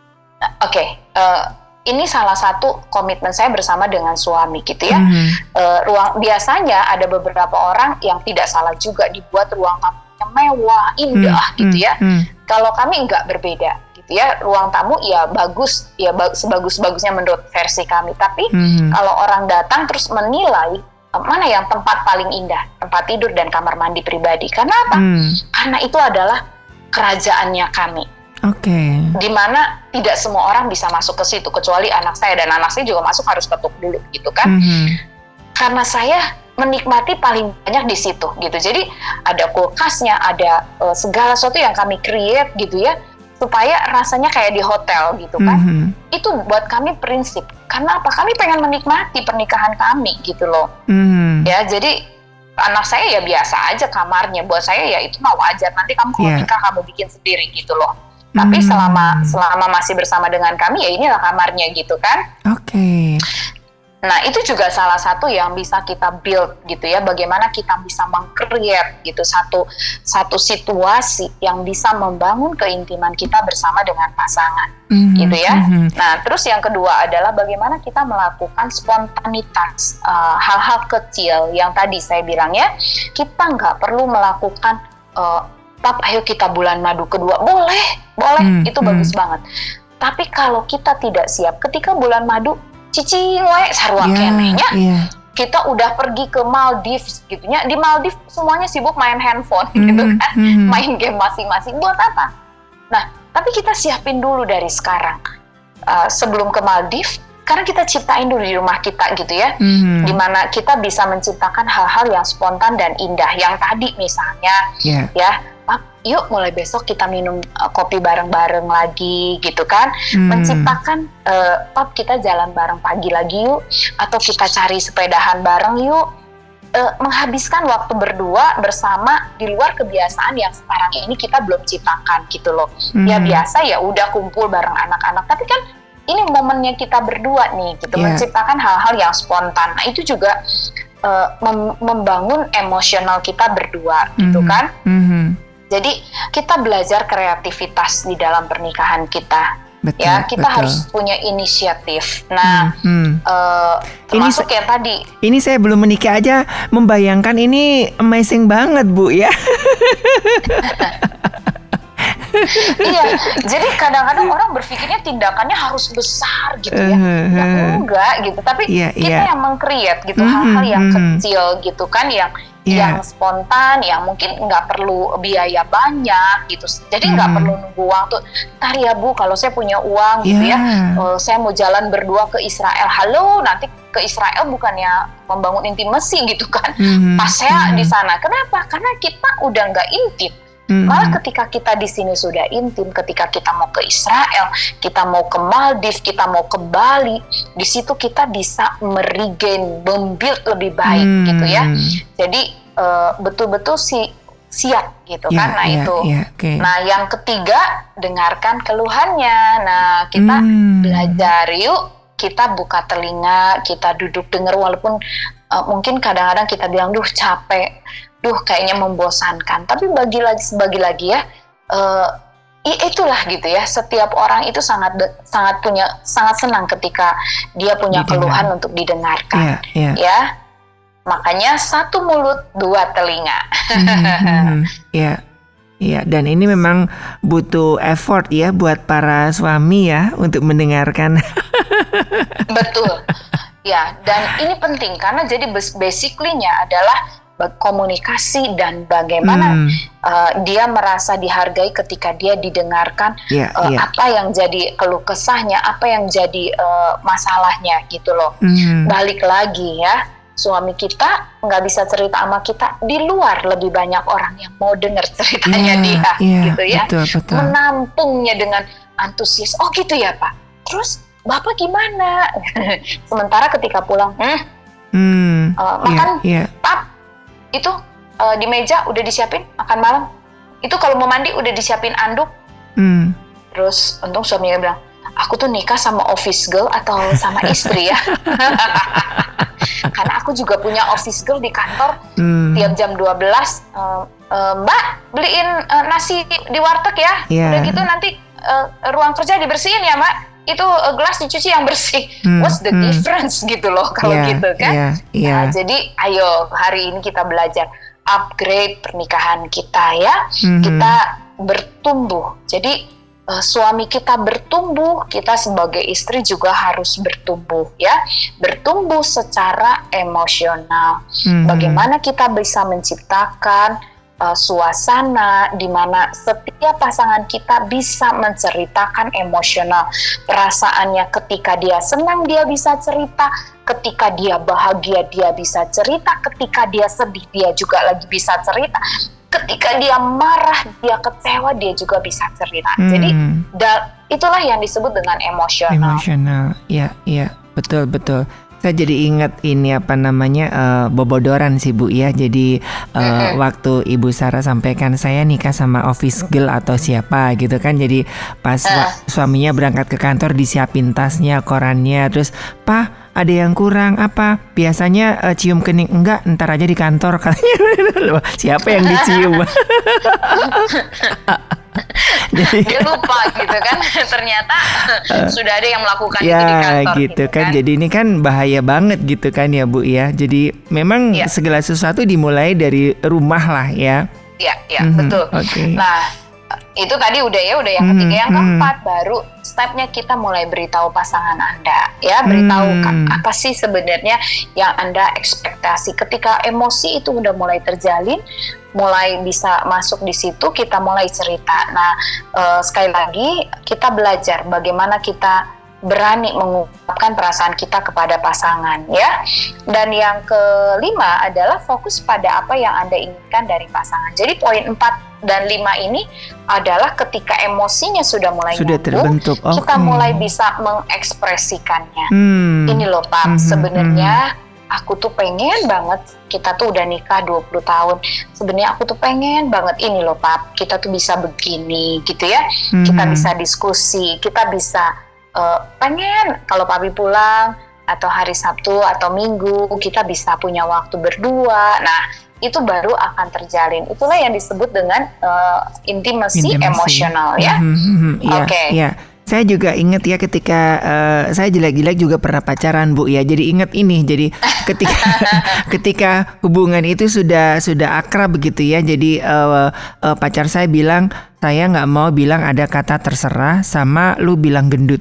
Speaker 2: Oke, okay, uh, ini salah satu komitmen saya bersama dengan suami gitu ya. Mm-hmm. Uh, ruang biasanya ada beberapa orang yang tidak salah juga dibuat ruang tamunya mewah, indah mm-hmm. gitu ya. Mm-hmm. Kalau kami enggak, berbeda gitu ya. Ruang tamu ya bagus, ya ba- sebagus-bagusnya menurut versi kami. Tapi mm-hmm. kalau orang datang terus menilai uh, mana yang tempat paling indah, tempat tidur dan kamar mandi pribadi. Karena apa? Mm. Karena itu adalah kerajaannya kami.
Speaker 1: Oke. Okay.
Speaker 2: Di mana tidak semua orang bisa masuk ke situ kecuali anak saya, dan anak saya juga masuk harus ketuk dulu gitu kan. Mm-hmm. Karena saya menikmati paling banyak di situ gitu. Jadi ada kulkasnya, ada uh, segala sesuatu yang kami create gitu ya, supaya rasanya kayak di hotel gitu kan. Mm-hmm. Itu buat kami prinsip. Karena apa? Kami pengen menikmati pernikahan kami gitu loh. Mm-hmm. Ya, jadi anak saya ya biasa aja kamarnya. Buat saya ya itu mah wajar. Nanti kamu kalau yeah. nikah kamu bikin sendiri gitu loh. Tapi hmm. selama selama masih bersama dengan kami ya inilah kamarnya gitu kan.
Speaker 1: Oke. Okay.
Speaker 2: Nah itu juga salah satu yang bisa kita build gitu ya. Bagaimana kita bisa meng-create gitu satu satu situasi yang bisa membangun keintiman kita bersama dengan pasangan mm-hmm. gitu ya. Mm-hmm. Nah terus yang kedua adalah bagaimana kita melakukan spontanitas, uh, hal-hal kecil yang tadi saya bilang ya. Kita nggak perlu melakukan uh, Pap, ayo kita bulan madu kedua, boleh, boleh, hmm, itu hmm. bagus banget. Tapi kalau kita tidak siap, ketika bulan madu, cicing we, sarua yeah, kenehnya, yeah. kita udah pergi ke Maldives, gitunya. Di Maldives semuanya sibuk main handphone, hmm, gitu kan, hmm. main game masing-masing. Buat apa? Nah, tapi kita siapin dulu dari sekarang, uh, sebelum ke Maldives. Sekarang kita ciptain dulu di rumah kita gitu ya, mm-hmm. dimana kita bisa menciptakan hal-hal yang spontan dan indah. Yang tadi misalnya, yeah. ya, Pap, yuk mulai besok kita minum uh, kopi bareng-bareng lagi gitu kan, mm. menciptakan, uh, Pap kita jalan bareng pagi lagi yuk, atau kita cari sepedahan bareng yuk, uh, menghabiskan waktu berdua bersama di luar kebiasaan yang sekarang ini kita belum ciptakan gitu loh. Mm. Ya biasa ya udah kumpul bareng anak-anak, tapi kan ini momennya kita berdua nih, gitu, yeah. menciptakan hal-hal yang spontan. Nah itu juga uh, mem- membangun emosional kita berdua, mm-hmm. gitu kan. Mm-hmm. Jadi kita belajar kreativitas di dalam pernikahan kita. Betul, ya kita betul. Harus punya inisiatif. Nah, hmm. uh, termasuk ini, yang tadi.
Speaker 1: Ini saya belum menikah aja membayangkan ini amazing banget Bu ya.
Speaker 2: Iya, jadi kadang-kadang orang berpikirnya tindakannya harus besar gitu ya, uh, ya enggak gitu. Tapi yeah, kita yeah. yang meng-create gitu mm-hmm, hal-hal yang mm-hmm. kecil gitu kan, yang yeah. yang spontan, yang mungkin nggak perlu biaya banyak gitu. Jadi nggak mm. perlu nunggu uang tuh. Ntar ya Bu, kalau saya punya uang gitu yeah. ya, uh, saya mau jalan berdua ke Israel. Halo, nanti ke Israel bukannya membangun intimasi gitu kan? Mm-hmm, Pas saya mm-hmm. di sana, kenapa? Karena kita udah nggak intim. Mm-hmm. Malah ketika kita di sini sudah intim, ketika kita mau ke Israel, kita mau ke Maldives, kita mau ke Bali, di situ kita bisa meregain, membuild lebih baik mm-hmm. gitu ya. Jadi uh, betul-betul si siap gitu yeah, kan. Nah yeah, itu. Yeah, okay. Nah yang ketiga, dengarkan keluhannya. Nah kita mm. belajar yuk, kita buka telinga, kita duduk dengar walaupun uh, mungkin kadang-kadang kita bilang duh capek. Duh kayaknya membosankan, tapi bagi lagi bagi lagi ya uh, itulah gitu ya, setiap orang itu sangat sangat punya sangat senang ketika dia punya didengar. Keluhan untuk didengarkan, yeah, yeah. ya makanya satu mulut dua telinga.
Speaker 1: mm-hmm. Ya, ya dan ini memang butuh effort ya buat para suami ya untuk mendengarkan.
Speaker 2: Betul. Ya, dan ini penting karena jadi basically-nya adalah komunikasi dan bagaimana hmm. uh, dia merasa dihargai ketika dia didengarkan yeah, uh, yeah. apa yang jadi keluh kesahnya, apa yang jadi uh, masalahnya gitu loh. Hmm. Balik lagi ya, suami kita nggak bisa cerita sama kita, di luar lebih banyak orang yang mau dengar ceritanya yeah, dia yeah, gitu ya. Betul, betul. Menampungnya dengan antusias. Oh gitu ya Pak. Terus Bapak gimana? Sementara ketika pulang, hmm, hmm, uh, makan yeah, yeah. Pap. Itu uh, di meja udah disiapin makan malam. Itu kalau mau mandi udah disiapin anduk. Hmm. Terus untung suaminya bilang, aku tuh nikah sama office girl atau sama istri ya. Karena aku juga punya office girl di kantor. Hmm. Tiap jam dua belas, uh, uh, Mbak beliin uh, nasi di warteg ya. Yeah. Udah gitu nanti uh, ruang kerja dibersihin ya Mbak. Itu uh, gelas dicuci yang bersih. Hmm, What's the hmm. difference gitu loh kalau yeah, gitu kan? Yeah, yeah. Nah, jadi ayo hari ini kita belajar upgrade pernikahan kita ya. Mm-hmm. Kita bertumbuh. Jadi uh, suami kita bertumbuh, kita sebagai istri juga harus bertumbuh ya. Bertumbuh secara emosional. Mm-hmm. Bagaimana kita bisa menciptakan Uh, suasana di mana setiap pasangan kita bisa menceritakan emosional perasaannya. Ketika dia senang dia bisa cerita, ketika dia bahagia dia bisa cerita, ketika dia sedih dia juga lagi bisa cerita, ketika dia marah dia kecewa dia juga bisa cerita. hmm. Jadi da- itulah yang disebut dengan emosional.
Speaker 1: Emosional, ya, ya, betul, betul. Saya jadi ingat ini apa namanya uh, bobodoran sih Bu ya. Jadi uh, mm-hmm. waktu Ibu Sarah sampaikan saya nikah sama office girl atau siapa gitu kan. Jadi pas uh. suaminya berangkat ke kantor disiapin tasnya, korannya, terus Pak ada yang kurang apa? Biasanya uh, cium kening, enggak, ntar aja di kantor katanya. Siapa yang dicium? Jadi,
Speaker 2: dia lupa gitu kan, ternyata uh, sudah ada yang melakukan
Speaker 1: ya,
Speaker 2: itu di kantor
Speaker 1: gitu, gitu kan. kan. Jadi ini kan bahaya banget gitu kan ya Bu ya. Jadi memang ya. segala sesuatu dimulai dari rumah lah ya.
Speaker 2: Iya, iya, mm-hmm. betul. Okay. Nah, itu tadi udah ya, udah yang ketiga. Yang keempat baru stepnya kita mulai beritahu pasangan Anda ya, beritahu hmm. apa sih sebenarnya yang Anda ekspektasi. Ketika emosi itu udah mulai terjalin, mulai bisa masuk di situ, kita mulai cerita. Nah, uh, sekali lagi kita belajar bagaimana kita berani mengungkapkan perasaan kita kepada pasangan ya. Dan yang kelima adalah fokus pada apa yang Anda inginkan dari pasangan. Jadi poin empat dan lima ini adalah ketika emosinya sudah mulai
Speaker 1: sudah nyambung, terbentuk, okay.
Speaker 2: kita mulai bisa mengekspresikannya.
Speaker 1: Hmm.
Speaker 2: Ini loh Pak, hmm, sebenarnya hmm. aku tuh pengen banget, kita tuh udah nikah dua puluh tahun. Sebenarnya aku tuh pengen banget ini loh Pak, kita tuh bisa begini gitu ya. Hmm. Kita bisa diskusi, kita bisa uh, pengen kalau Papi pulang atau hari Sabtu atau Minggu kita bisa punya waktu berdua. Nah, itu baru akan terjalin. Itulah yang disebut dengan uh, intimasi emosional ya.
Speaker 1: Mm-hmm, yeah, Oke. Okay. Yeah. Saya juga ingat ya ketika uh, saya jelek-jelek juga pernah pacaran Bu ya. Jadi ingat ini. Jadi ketika ketika hubungan itu sudah sudah akrab begitu ya. Jadi uh, uh, pacar saya bilang saya nggak mau bilang ada kata terserah sama lu bilang gendut.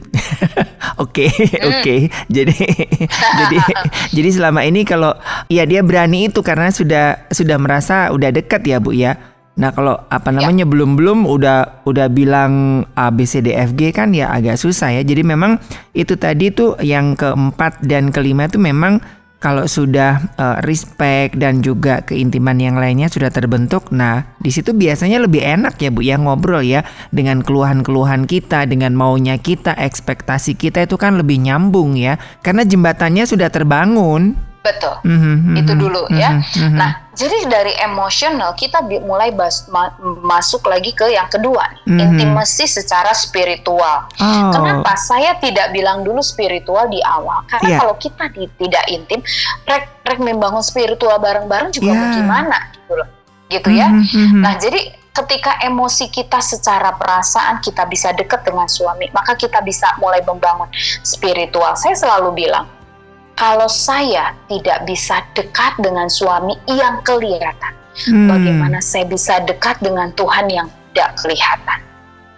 Speaker 1: Oke, oke. Jadi jadi jadi selama ini kalau ya dia berani itu karena sudah sudah merasa udah dekat ya Bu ya. Nah kalau apa namanya ya. belum-belum udah udah bilang A B C D F G kan ya agak susah ya. Jadi memang itu tadi tuh yang keempat dan kelima itu memang kalau sudah uh, respect dan juga keintiman yang lainnya sudah terbentuk. Nah di situ biasanya lebih enak ya Bu ya ngobrol ya dengan keluhan-keluhan kita, dengan maunya kita, ekspektasi kita itu kan lebih nyambung ya. Karena jembatannya sudah terbangun.
Speaker 2: Betul,
Speaker 1: mm-hmm,
Speaker 2: itu dulu
Speaker 1: mm-hmm,
Speaker 2: ya.
Speaker 1: Mm-hmm.
Speaker 2: Nah, jadi dari emosional kita bi- mulai bas- ma- masuk lagi ke yang kedua, mm-hmm. intimasi secara spiritual. Oh. Kenapa saya tidak bilang dulu spiritual di awal? Karena yeah. kalau kita di, tidak intim, rek rek membangun spiritual bareng-bareng juga yeah. bagaimana gitu loh, gitu ya.
Speaker 1: Mm-hmm.
Speaker 2: Nah, jadi ketika emosi kita secara perasaan kita bisa dekat dengan suami, maka kita bisa mulai membangun spiritual. Saya selalu bilang, kalau saya tidak bisa dekat dengan suami yang kelihatan, hmm. bagaimana saya bisa dekat dengan Tuhan yang tidak kelihatan?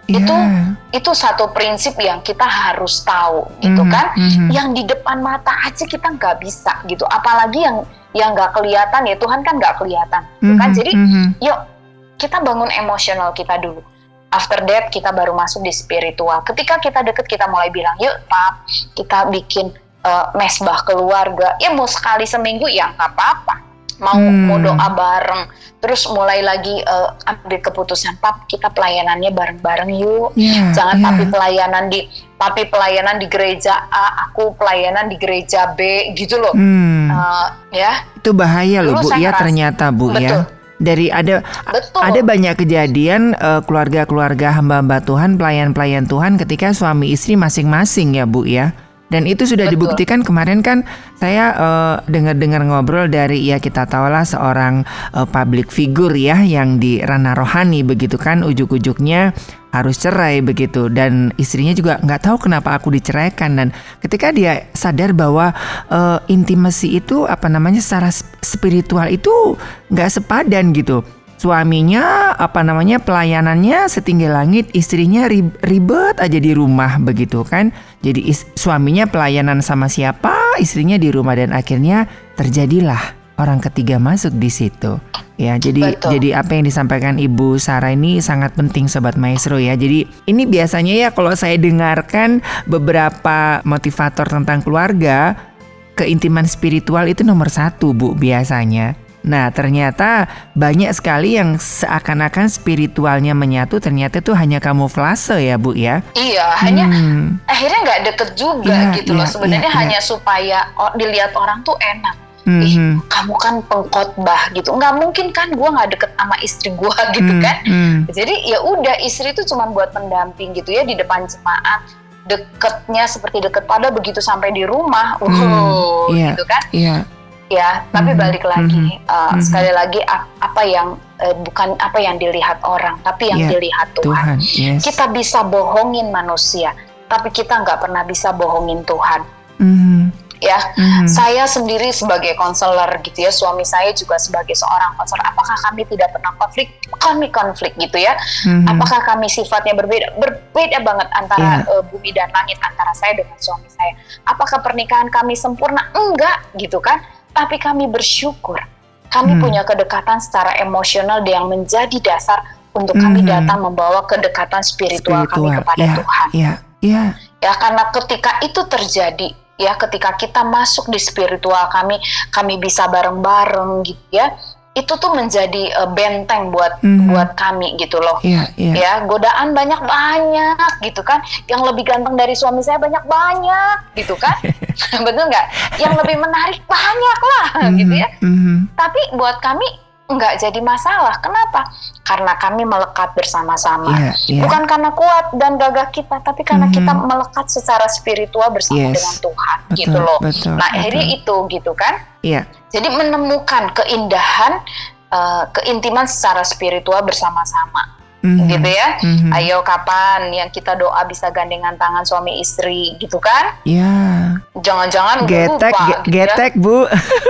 Speaker 2: Yeah. Itu itu satu prinsip yang kita harus tahu gitu mm-hmm. kan. Mm-hmm. Yang di depan mata aja kita nggak bisa gitu. Apalagi yang yang nggak kelihatan ya, Tuhan kan nggak kelihatan, gitu mm-hmm. kan. Jadi mm-hmm. yuk kita bangun emosional kita dulu. After that kita baru masuk di spiritual. Ketika kita deket kita mulai bilang, yuk Pap, kita bikin uh, mesbah keluarga. Ya mau sekali seminggu ya nggak apa-apa. Mau hmm. mau doa bareng. Terus mulai lagi uh, ambil keputusan, Pap kita pelayanannya bareng-bareng yuk. Yeah, Jangan yeah. papi pelayanan di papi pelayanan di gereja A, aku pelayanan di gereja B gitu loh. Hmm. Uh, ya. Itu bahaya loh Bu ya ternyata Bu betul. ya. Dari ada Betul. ada banyak kejadian uh, keluarga-keluarga hamba-hamba Tuhan, pelayan-pelayan Tuhan ketika suami istri masing-masing ya Bu ya. Dan itu sudah Betul. dibuktikan kemarin kan saya uh, dengar-dengar ngobrol dari ya kita tahulah seorang uh, public figure ya yang di ranah rohani begitu kan, ujuk-ujuknya harus cerai begitu, dan istrinya juga nggak tahu kenapa aku diceraikan. Dan ketika dia sadar bahwa uh, intimasi itu apa namanya secara spiritual itu nggak sepadan gitu. Suaminya apa namanya pelayanannya setinggi langit, istrinya ribet aja di rumah begitu kan. Jadi is, suaminya pelayanan sama siapa, istrinya di rumah, dan akhirnya terjadilah orang ketiga masuk di situ. Ya, jadi Betul. jadi apa yang disampaikan Ibu Sarah ini sangat penting Sobat Maestro ya. Jadi ini biasanya ya kalau saya dengarkan beberapa motivator tentang keluarga, keintiman spiritual itu nomor satu Bu biasanya. Nah ternyata banyak sekali yang seakan-akan spiritualnya menyatu, ternyata itu hanya kamuflase ya Bu ya. Iya, hmm. hanya akhirnya nggak deket juga ya, gitu ya, loh sebenarnya ya, hanya ya. supaya oh, dilihat orang tuh enak. Mm-hmm. Ih, kamu kan pengkhotbah gitu, nggak mungkin kan gue nggak deket sama istri gue gitu mm-hmm. kan. Jadi ya udah, istri itu cuma buat pendamping gitu ya di depan jemaat, deketnya seperti deket, pada begitu sampai di rumah, wow mm, yeah, gitu kan. Yeah. Ya, tapi mm-hmm. balik lagi mm-hmm. Uh, mm-hmm. sekali lagi apa yang uh, bukan apa yang dilihat orang, tapi yang yeah, dilihat Tuhan. Tuhan yes. Kita bisa bohongin manusia, tapi kita nggak pernah bisa bohongin Tuhan. Mm-hmm. Ya, mm-hmm. saya sendiri sebagai konselor gitu ya, suami saya juga sebagai seorang konselor. Apakah kami tidak pernah konflik? Kami konflik gitu ya. Mm-hmm. Apakah kami sifatnya berbeda? Berbeda banget antara yeah. uh, bumi dan langit, antara saya dengan suami saya. Apakah pernikahan kami sempurna? Enggak, gitu kan? Tapi kami bersyukur, kami hmm. punya kedekatan secara emosional yang menjadi dasar untuk kami hmm. datang membawa kedekatan spiritual, spiritual. kami kepada yeah. Tuhan. Yeah. Yeah. Ya, karena ketika itu terjadi, ya ketika kita masuk di spiritual kami, kami bisa bareng-bareng gitu ya. Itu tuh menjadi uh, benteng buat mm-hmm. buat kami gitu loh. Yeah, yeah. Ya, godaan banyak-banyak gitu kan. Yang lebih ganteng dari suami saya banyak-banyak gitu kan. Betul nggak? Yang lebih menarik banyak lah mm-hmm. gitu ya. Mm-hmm. Tapi buat kami nggak jadi masalah. Kenapa? Karena kami melekat bersama-sama. Yeah, yeah. Bukan karena kuat dan gagah kita, tapi karena mm-hmm. kita melekat secara spiritual bersama yes. dengan Tuhan betul, gitu loh. Betul, nah, betul. Akhirnya itu gitu kan. Iya. Yeah. Jadi menemukan keindahan, uh, keintiman secara spiritual bersama-sama, mm-hmm. gitu ya. Mm-hmm. Ayo kapan yang kita doa bisa gandengan tangan suami istri, gitu kan? Iya. Yeah. Jangan-jangan getek, lupa, ge- gitu getek ya. Bu.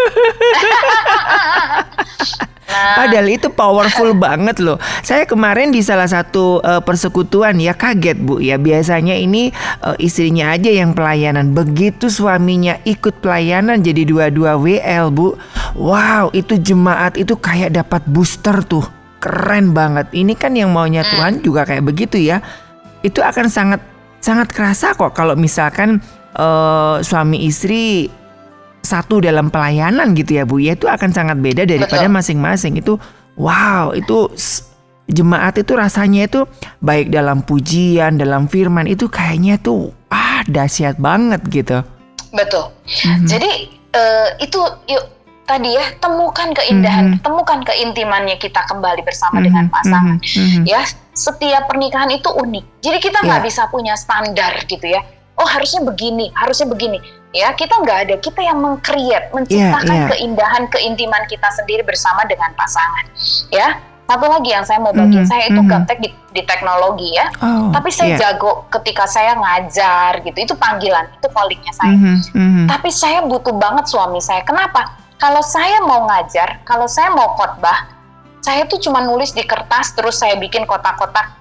Speaker 2: Nah. Padahal itu powerful banget loh. Saya kemarin di salah satu uh, persekutuan ya kaget Bu ya. Biasanya ini uh, istrinya aja yang pelayanan. Begitu suaminya ikut pelayanan jadi dua-dua W L Bu. Wow, itu jemaat itu kayak dapat booster tuh. Keren banget. Ini kan yang maunya Tuhan juga kayak begitu ya. Itu akan sangat sangat kerasa kok kalau misalkan uh, suami istri satu dalam pelayanan gitu ya Bu ya, itu akan sangat beda daripada Betul. masing-masing. Itu wow, itu jemaat itu rasanya itu baik dalam pujian, dalam firman itu kayaknya tuh ah dahsyat banget gitu. Betul. Mm-hmm. Jadi uh, itu yuk tadi ya, temukan keindahan, mm-hmm. temukan keintimannya kita kembali bersama mm-hmm. dengan pasangan. Mm-hmm. Ya, setiap pernikahan itu unik. Jadi kita nggak yeah. bisa punya standar gitu ya. Oh harusnya begini, harusnya begini. Ya kita nggak ada, kita yang meng-create, menciptakan yeah, yeah. keindahan, keintiman kita sendiri bersama dengan pasangan. Ya, satu lagi yang saya mau bagi, mm-hmm. saya itu mm-hmm. gaptek di, di teknologi ya. Oh, tapi saya yeah. jago ketika saya ngajar gitu, itu panggilan, itu calling-nya saya. Mm-hmm. Mm-hmm. Tapi saya butuh banget suami saya. Kenapa? Kalau saya mau ngajar, kalau saya mau khotbah, saya tuh cuma nulis di kertas, terus saya bikin kotak-kotak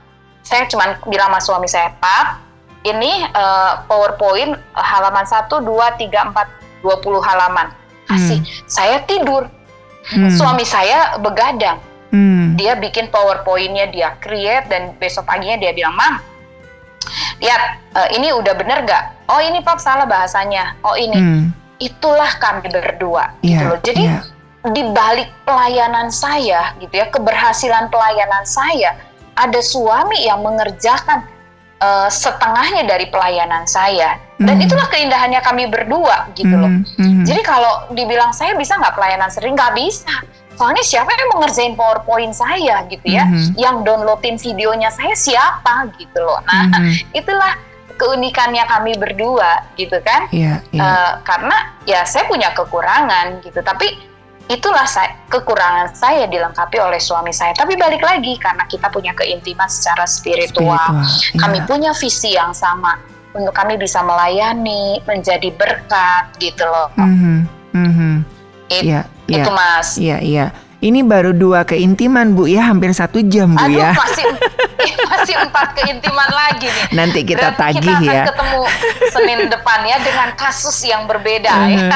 Speaker 2: saya cuma bilang sama suami saya, Pak, ini uh, PowerPoint uh, halaman satu, dua, tiga, empat, dua puluh halaman. Kasih, hmm. saya tidur. Hmm. Suami saya begadang. Hmm. Dia bikin PowerPoint-nya, dia create, dan besok paginya dia bilang, Mam, lihat, uh, ini udah bener gak? Oh ini Pap salah bahasanya. Oh ini. Hmm. Itulah kami berdua. Yeah, gitu loh. Jadi yeah. di balik pelayanan saya, gitu ya, keberhasilan pelayanan saya, ada suami yang mengerjakan uh, setengahnya dari pelayanan saya. Dan mm. itulah keindahannya kami berdua, gitu mm. loh. Mm. Jadi kalau dibilang saya bisa nggak pelayanan sering, nggak bisa. Soalnya siapa yang mau ngerjain PowerPoint saya, gitu ya? Mm-hmm. Yang downloadin videonya saya siapa, gitu loh. Nah, mm-hmm. itulah keunikannya kami berdua, gitu kan? Yeah, yeah. Uh, karena ya saya punya kekurangan, gitu. Tapi itulah saya, kekurangan saya dilengkapi oleh suami saya. Tapi balik lagi, karena kita punya keintiman secara spiritual, spiritual kami yeah. punya visi yang sama untuk kami bisa melayani, menjadi berkat, gitu loh. Mm-hmm. Mm-hmm. It, yeah, yeah. Itu Mas.
Speaker 1: Iya, yeah, iya. Yeah. Ini baru dua keintiman Bu ya, hampir satu jam Bu.
Speaker 2: Aduh,
Speaker 1: ya.
Speaker 2: masih masih empat keintiman lagi nih.
Speaker 1: Nanti kita
Speaker 2: Dan
Speaker 1: tagih
Speaker 2: kita
Speaker 1: ya.
Speaker 2: Kita akan ketemu Senin depan ya dengan kasus yang berbeda ya.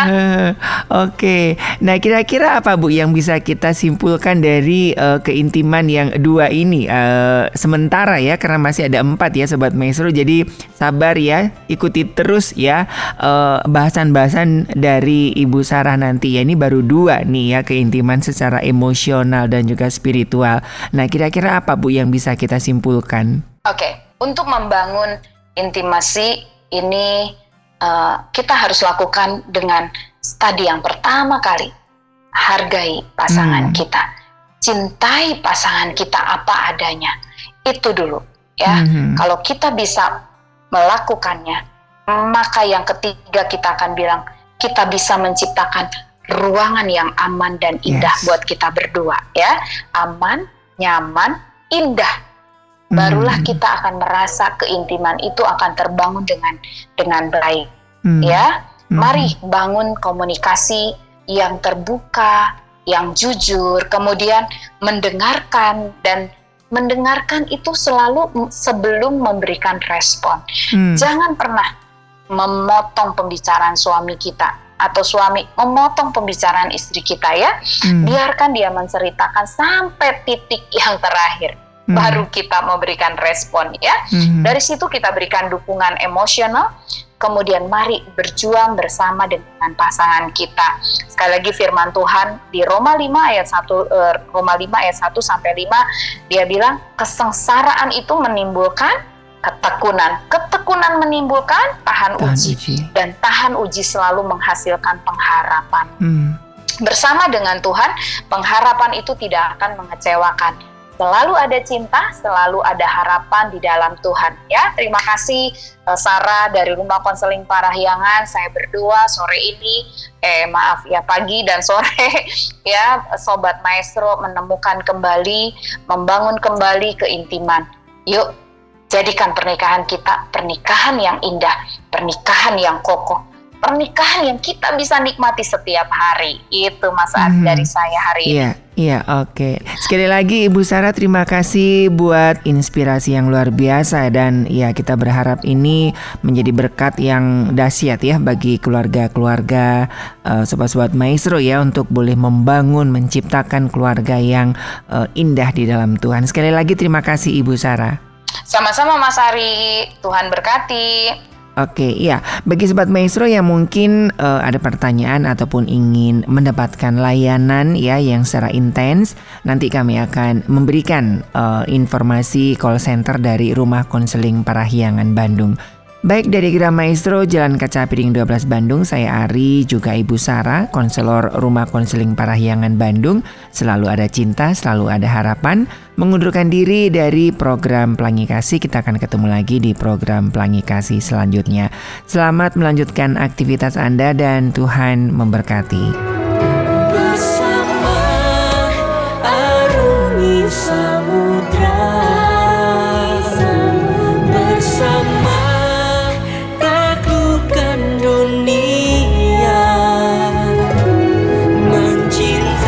Speaker 1: Oke, nah kira-kira apa Bu yang bisa kita simpulkan dari uh, keintiman yang dua ini? Uh, sementara ya, karena masih ada empat ya Sobat Maestro. Jadi sabar ya, ikuti terus ya uh, bahasan-bahasan dari Ibu Sarah nanti ya. Ini baru dua nih ya, keintiman secara emosional emosional dan juga spiritual. Nah, kira-kira apa Bu yang bisa kita simpulkan?
Speaker 2: Oke, okay. Untuk membangun intimasi ini uh, kita harus lakukan dengan tadi yang pertama kali, hargai pasangan hmm. kita, cintai pasangan kita apa adanya. Itu dulu ya. Hmm. Kalau kita bisa melakukannya, maka yang ketiga kita akan bilang kita bisa menciptakan ruangan yang aman dan indah yes. buat kita berdua ya, aman, nyaman, indah. Barulah mm. kita akan merasa keintiman itu akan terbangun dengan dengan baik mm. ya. Mm. Mari bangun komunikasi yang terbuka, yang jujur, kemudian mendengarkan, dan mendengarkan itu selalu sebelum memberikan respon. Mm. Jangan pernah memotong pembicaraan suami kita atau suami memotong pembicaraan istri kita ya. Hmm. Biarkan dia menceritakan sampai titik yang terakhir. Hmm. Baru kita memberikan respon ya. Hmm. Dari situ kita berikan dukungan emosional. Kemudian mari berjuang bersama dengan pasangan kita. Sekali lagi firman Tuhan di Roma lima ayat satu, uh, Roma lima ayat satu sampai lima, dia bilang kesengsaraan itu menimbulkan ketekunan. Ketekunan menimbulkan tahan, tahan uji. uji. Dan tahan uji selalu menghasilkan pengharapan. Hmm. Bersama dengan Tuhan, pengharapan itu tidak akan mengecewakan. Selalu ada cinta, selalu ada harapan di dalam Tuhan. Ya, terima kasih Sarah dari Rumah Konseling Parahyangan. Saya berdua sore ini, eh maaf ya pagi dan sore ya, Sobat Maestro menemukan kembali, membangun kembali keintiman. Yuk, jadikan pernikahan kita pernikahan yang indah, pernikahan yang kokoh, pernikahan yang kita bisa nikmati setiap hari. Itu Mas Adi mm-hmm. dari saya hari ini.
Speaker 1: Iya, iya, oke. Okay. Sekali lagi Ibu Sarah, terima kasih buat inspirasi yang luar biasa, dan ya kita berharap ini menjadi berkat yang dahsyat ya bagi keluarga-keluarga uh, sobat-sobat Maestro ya, untuk boleh membangun, menciptakan keluarga yang uh, indah di dalam Tuhan. Sekali lagi terima kasih Ibu Sarah.
Speaker 2: Sama-sama Mas Ari, Tuhan berkati.
Speaker 1: Oke, iya. Bagi Sobat Maestro yang mungkin uh, ada pertanyaan ataupun ingin mendapatkan layanan ya yang secara intens, nanti kami akan memberikan uh, informasi call center dari Rumah Konseling Parahyangan Bandung. Baik dari Geram Maestro Jalan Kaca Piring dua belas Bandung, saya Ari, juga Ibu Sarah, konselor Rumah Konseling Parahyangan Bandung. Selalu ada cinta, selalu ada harapan. Mengundurkan diri dari program Pelangi Kasih. Kita akan ketemu lagi di program Pelangi Kasih selanjutnya. Selamat melanjutkan aktivitas Anda dan Tuhan memberkati. Bersama arungi samudra, bersama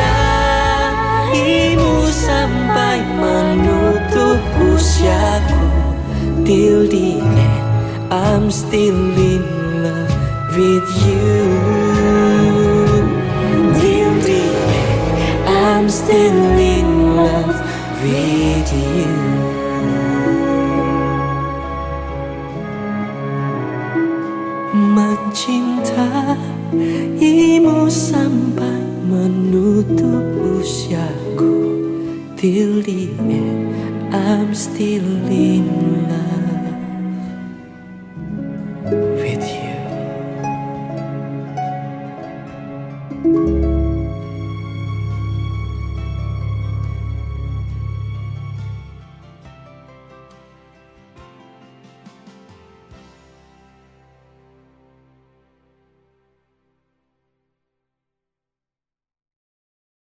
Speaker 1: usiaku.
Speaker 3: I'm still in love with you. Dearly, I'm still in love with you. Mencintaimu sampai menutup usiaku. Till the end, I'm still in love with you.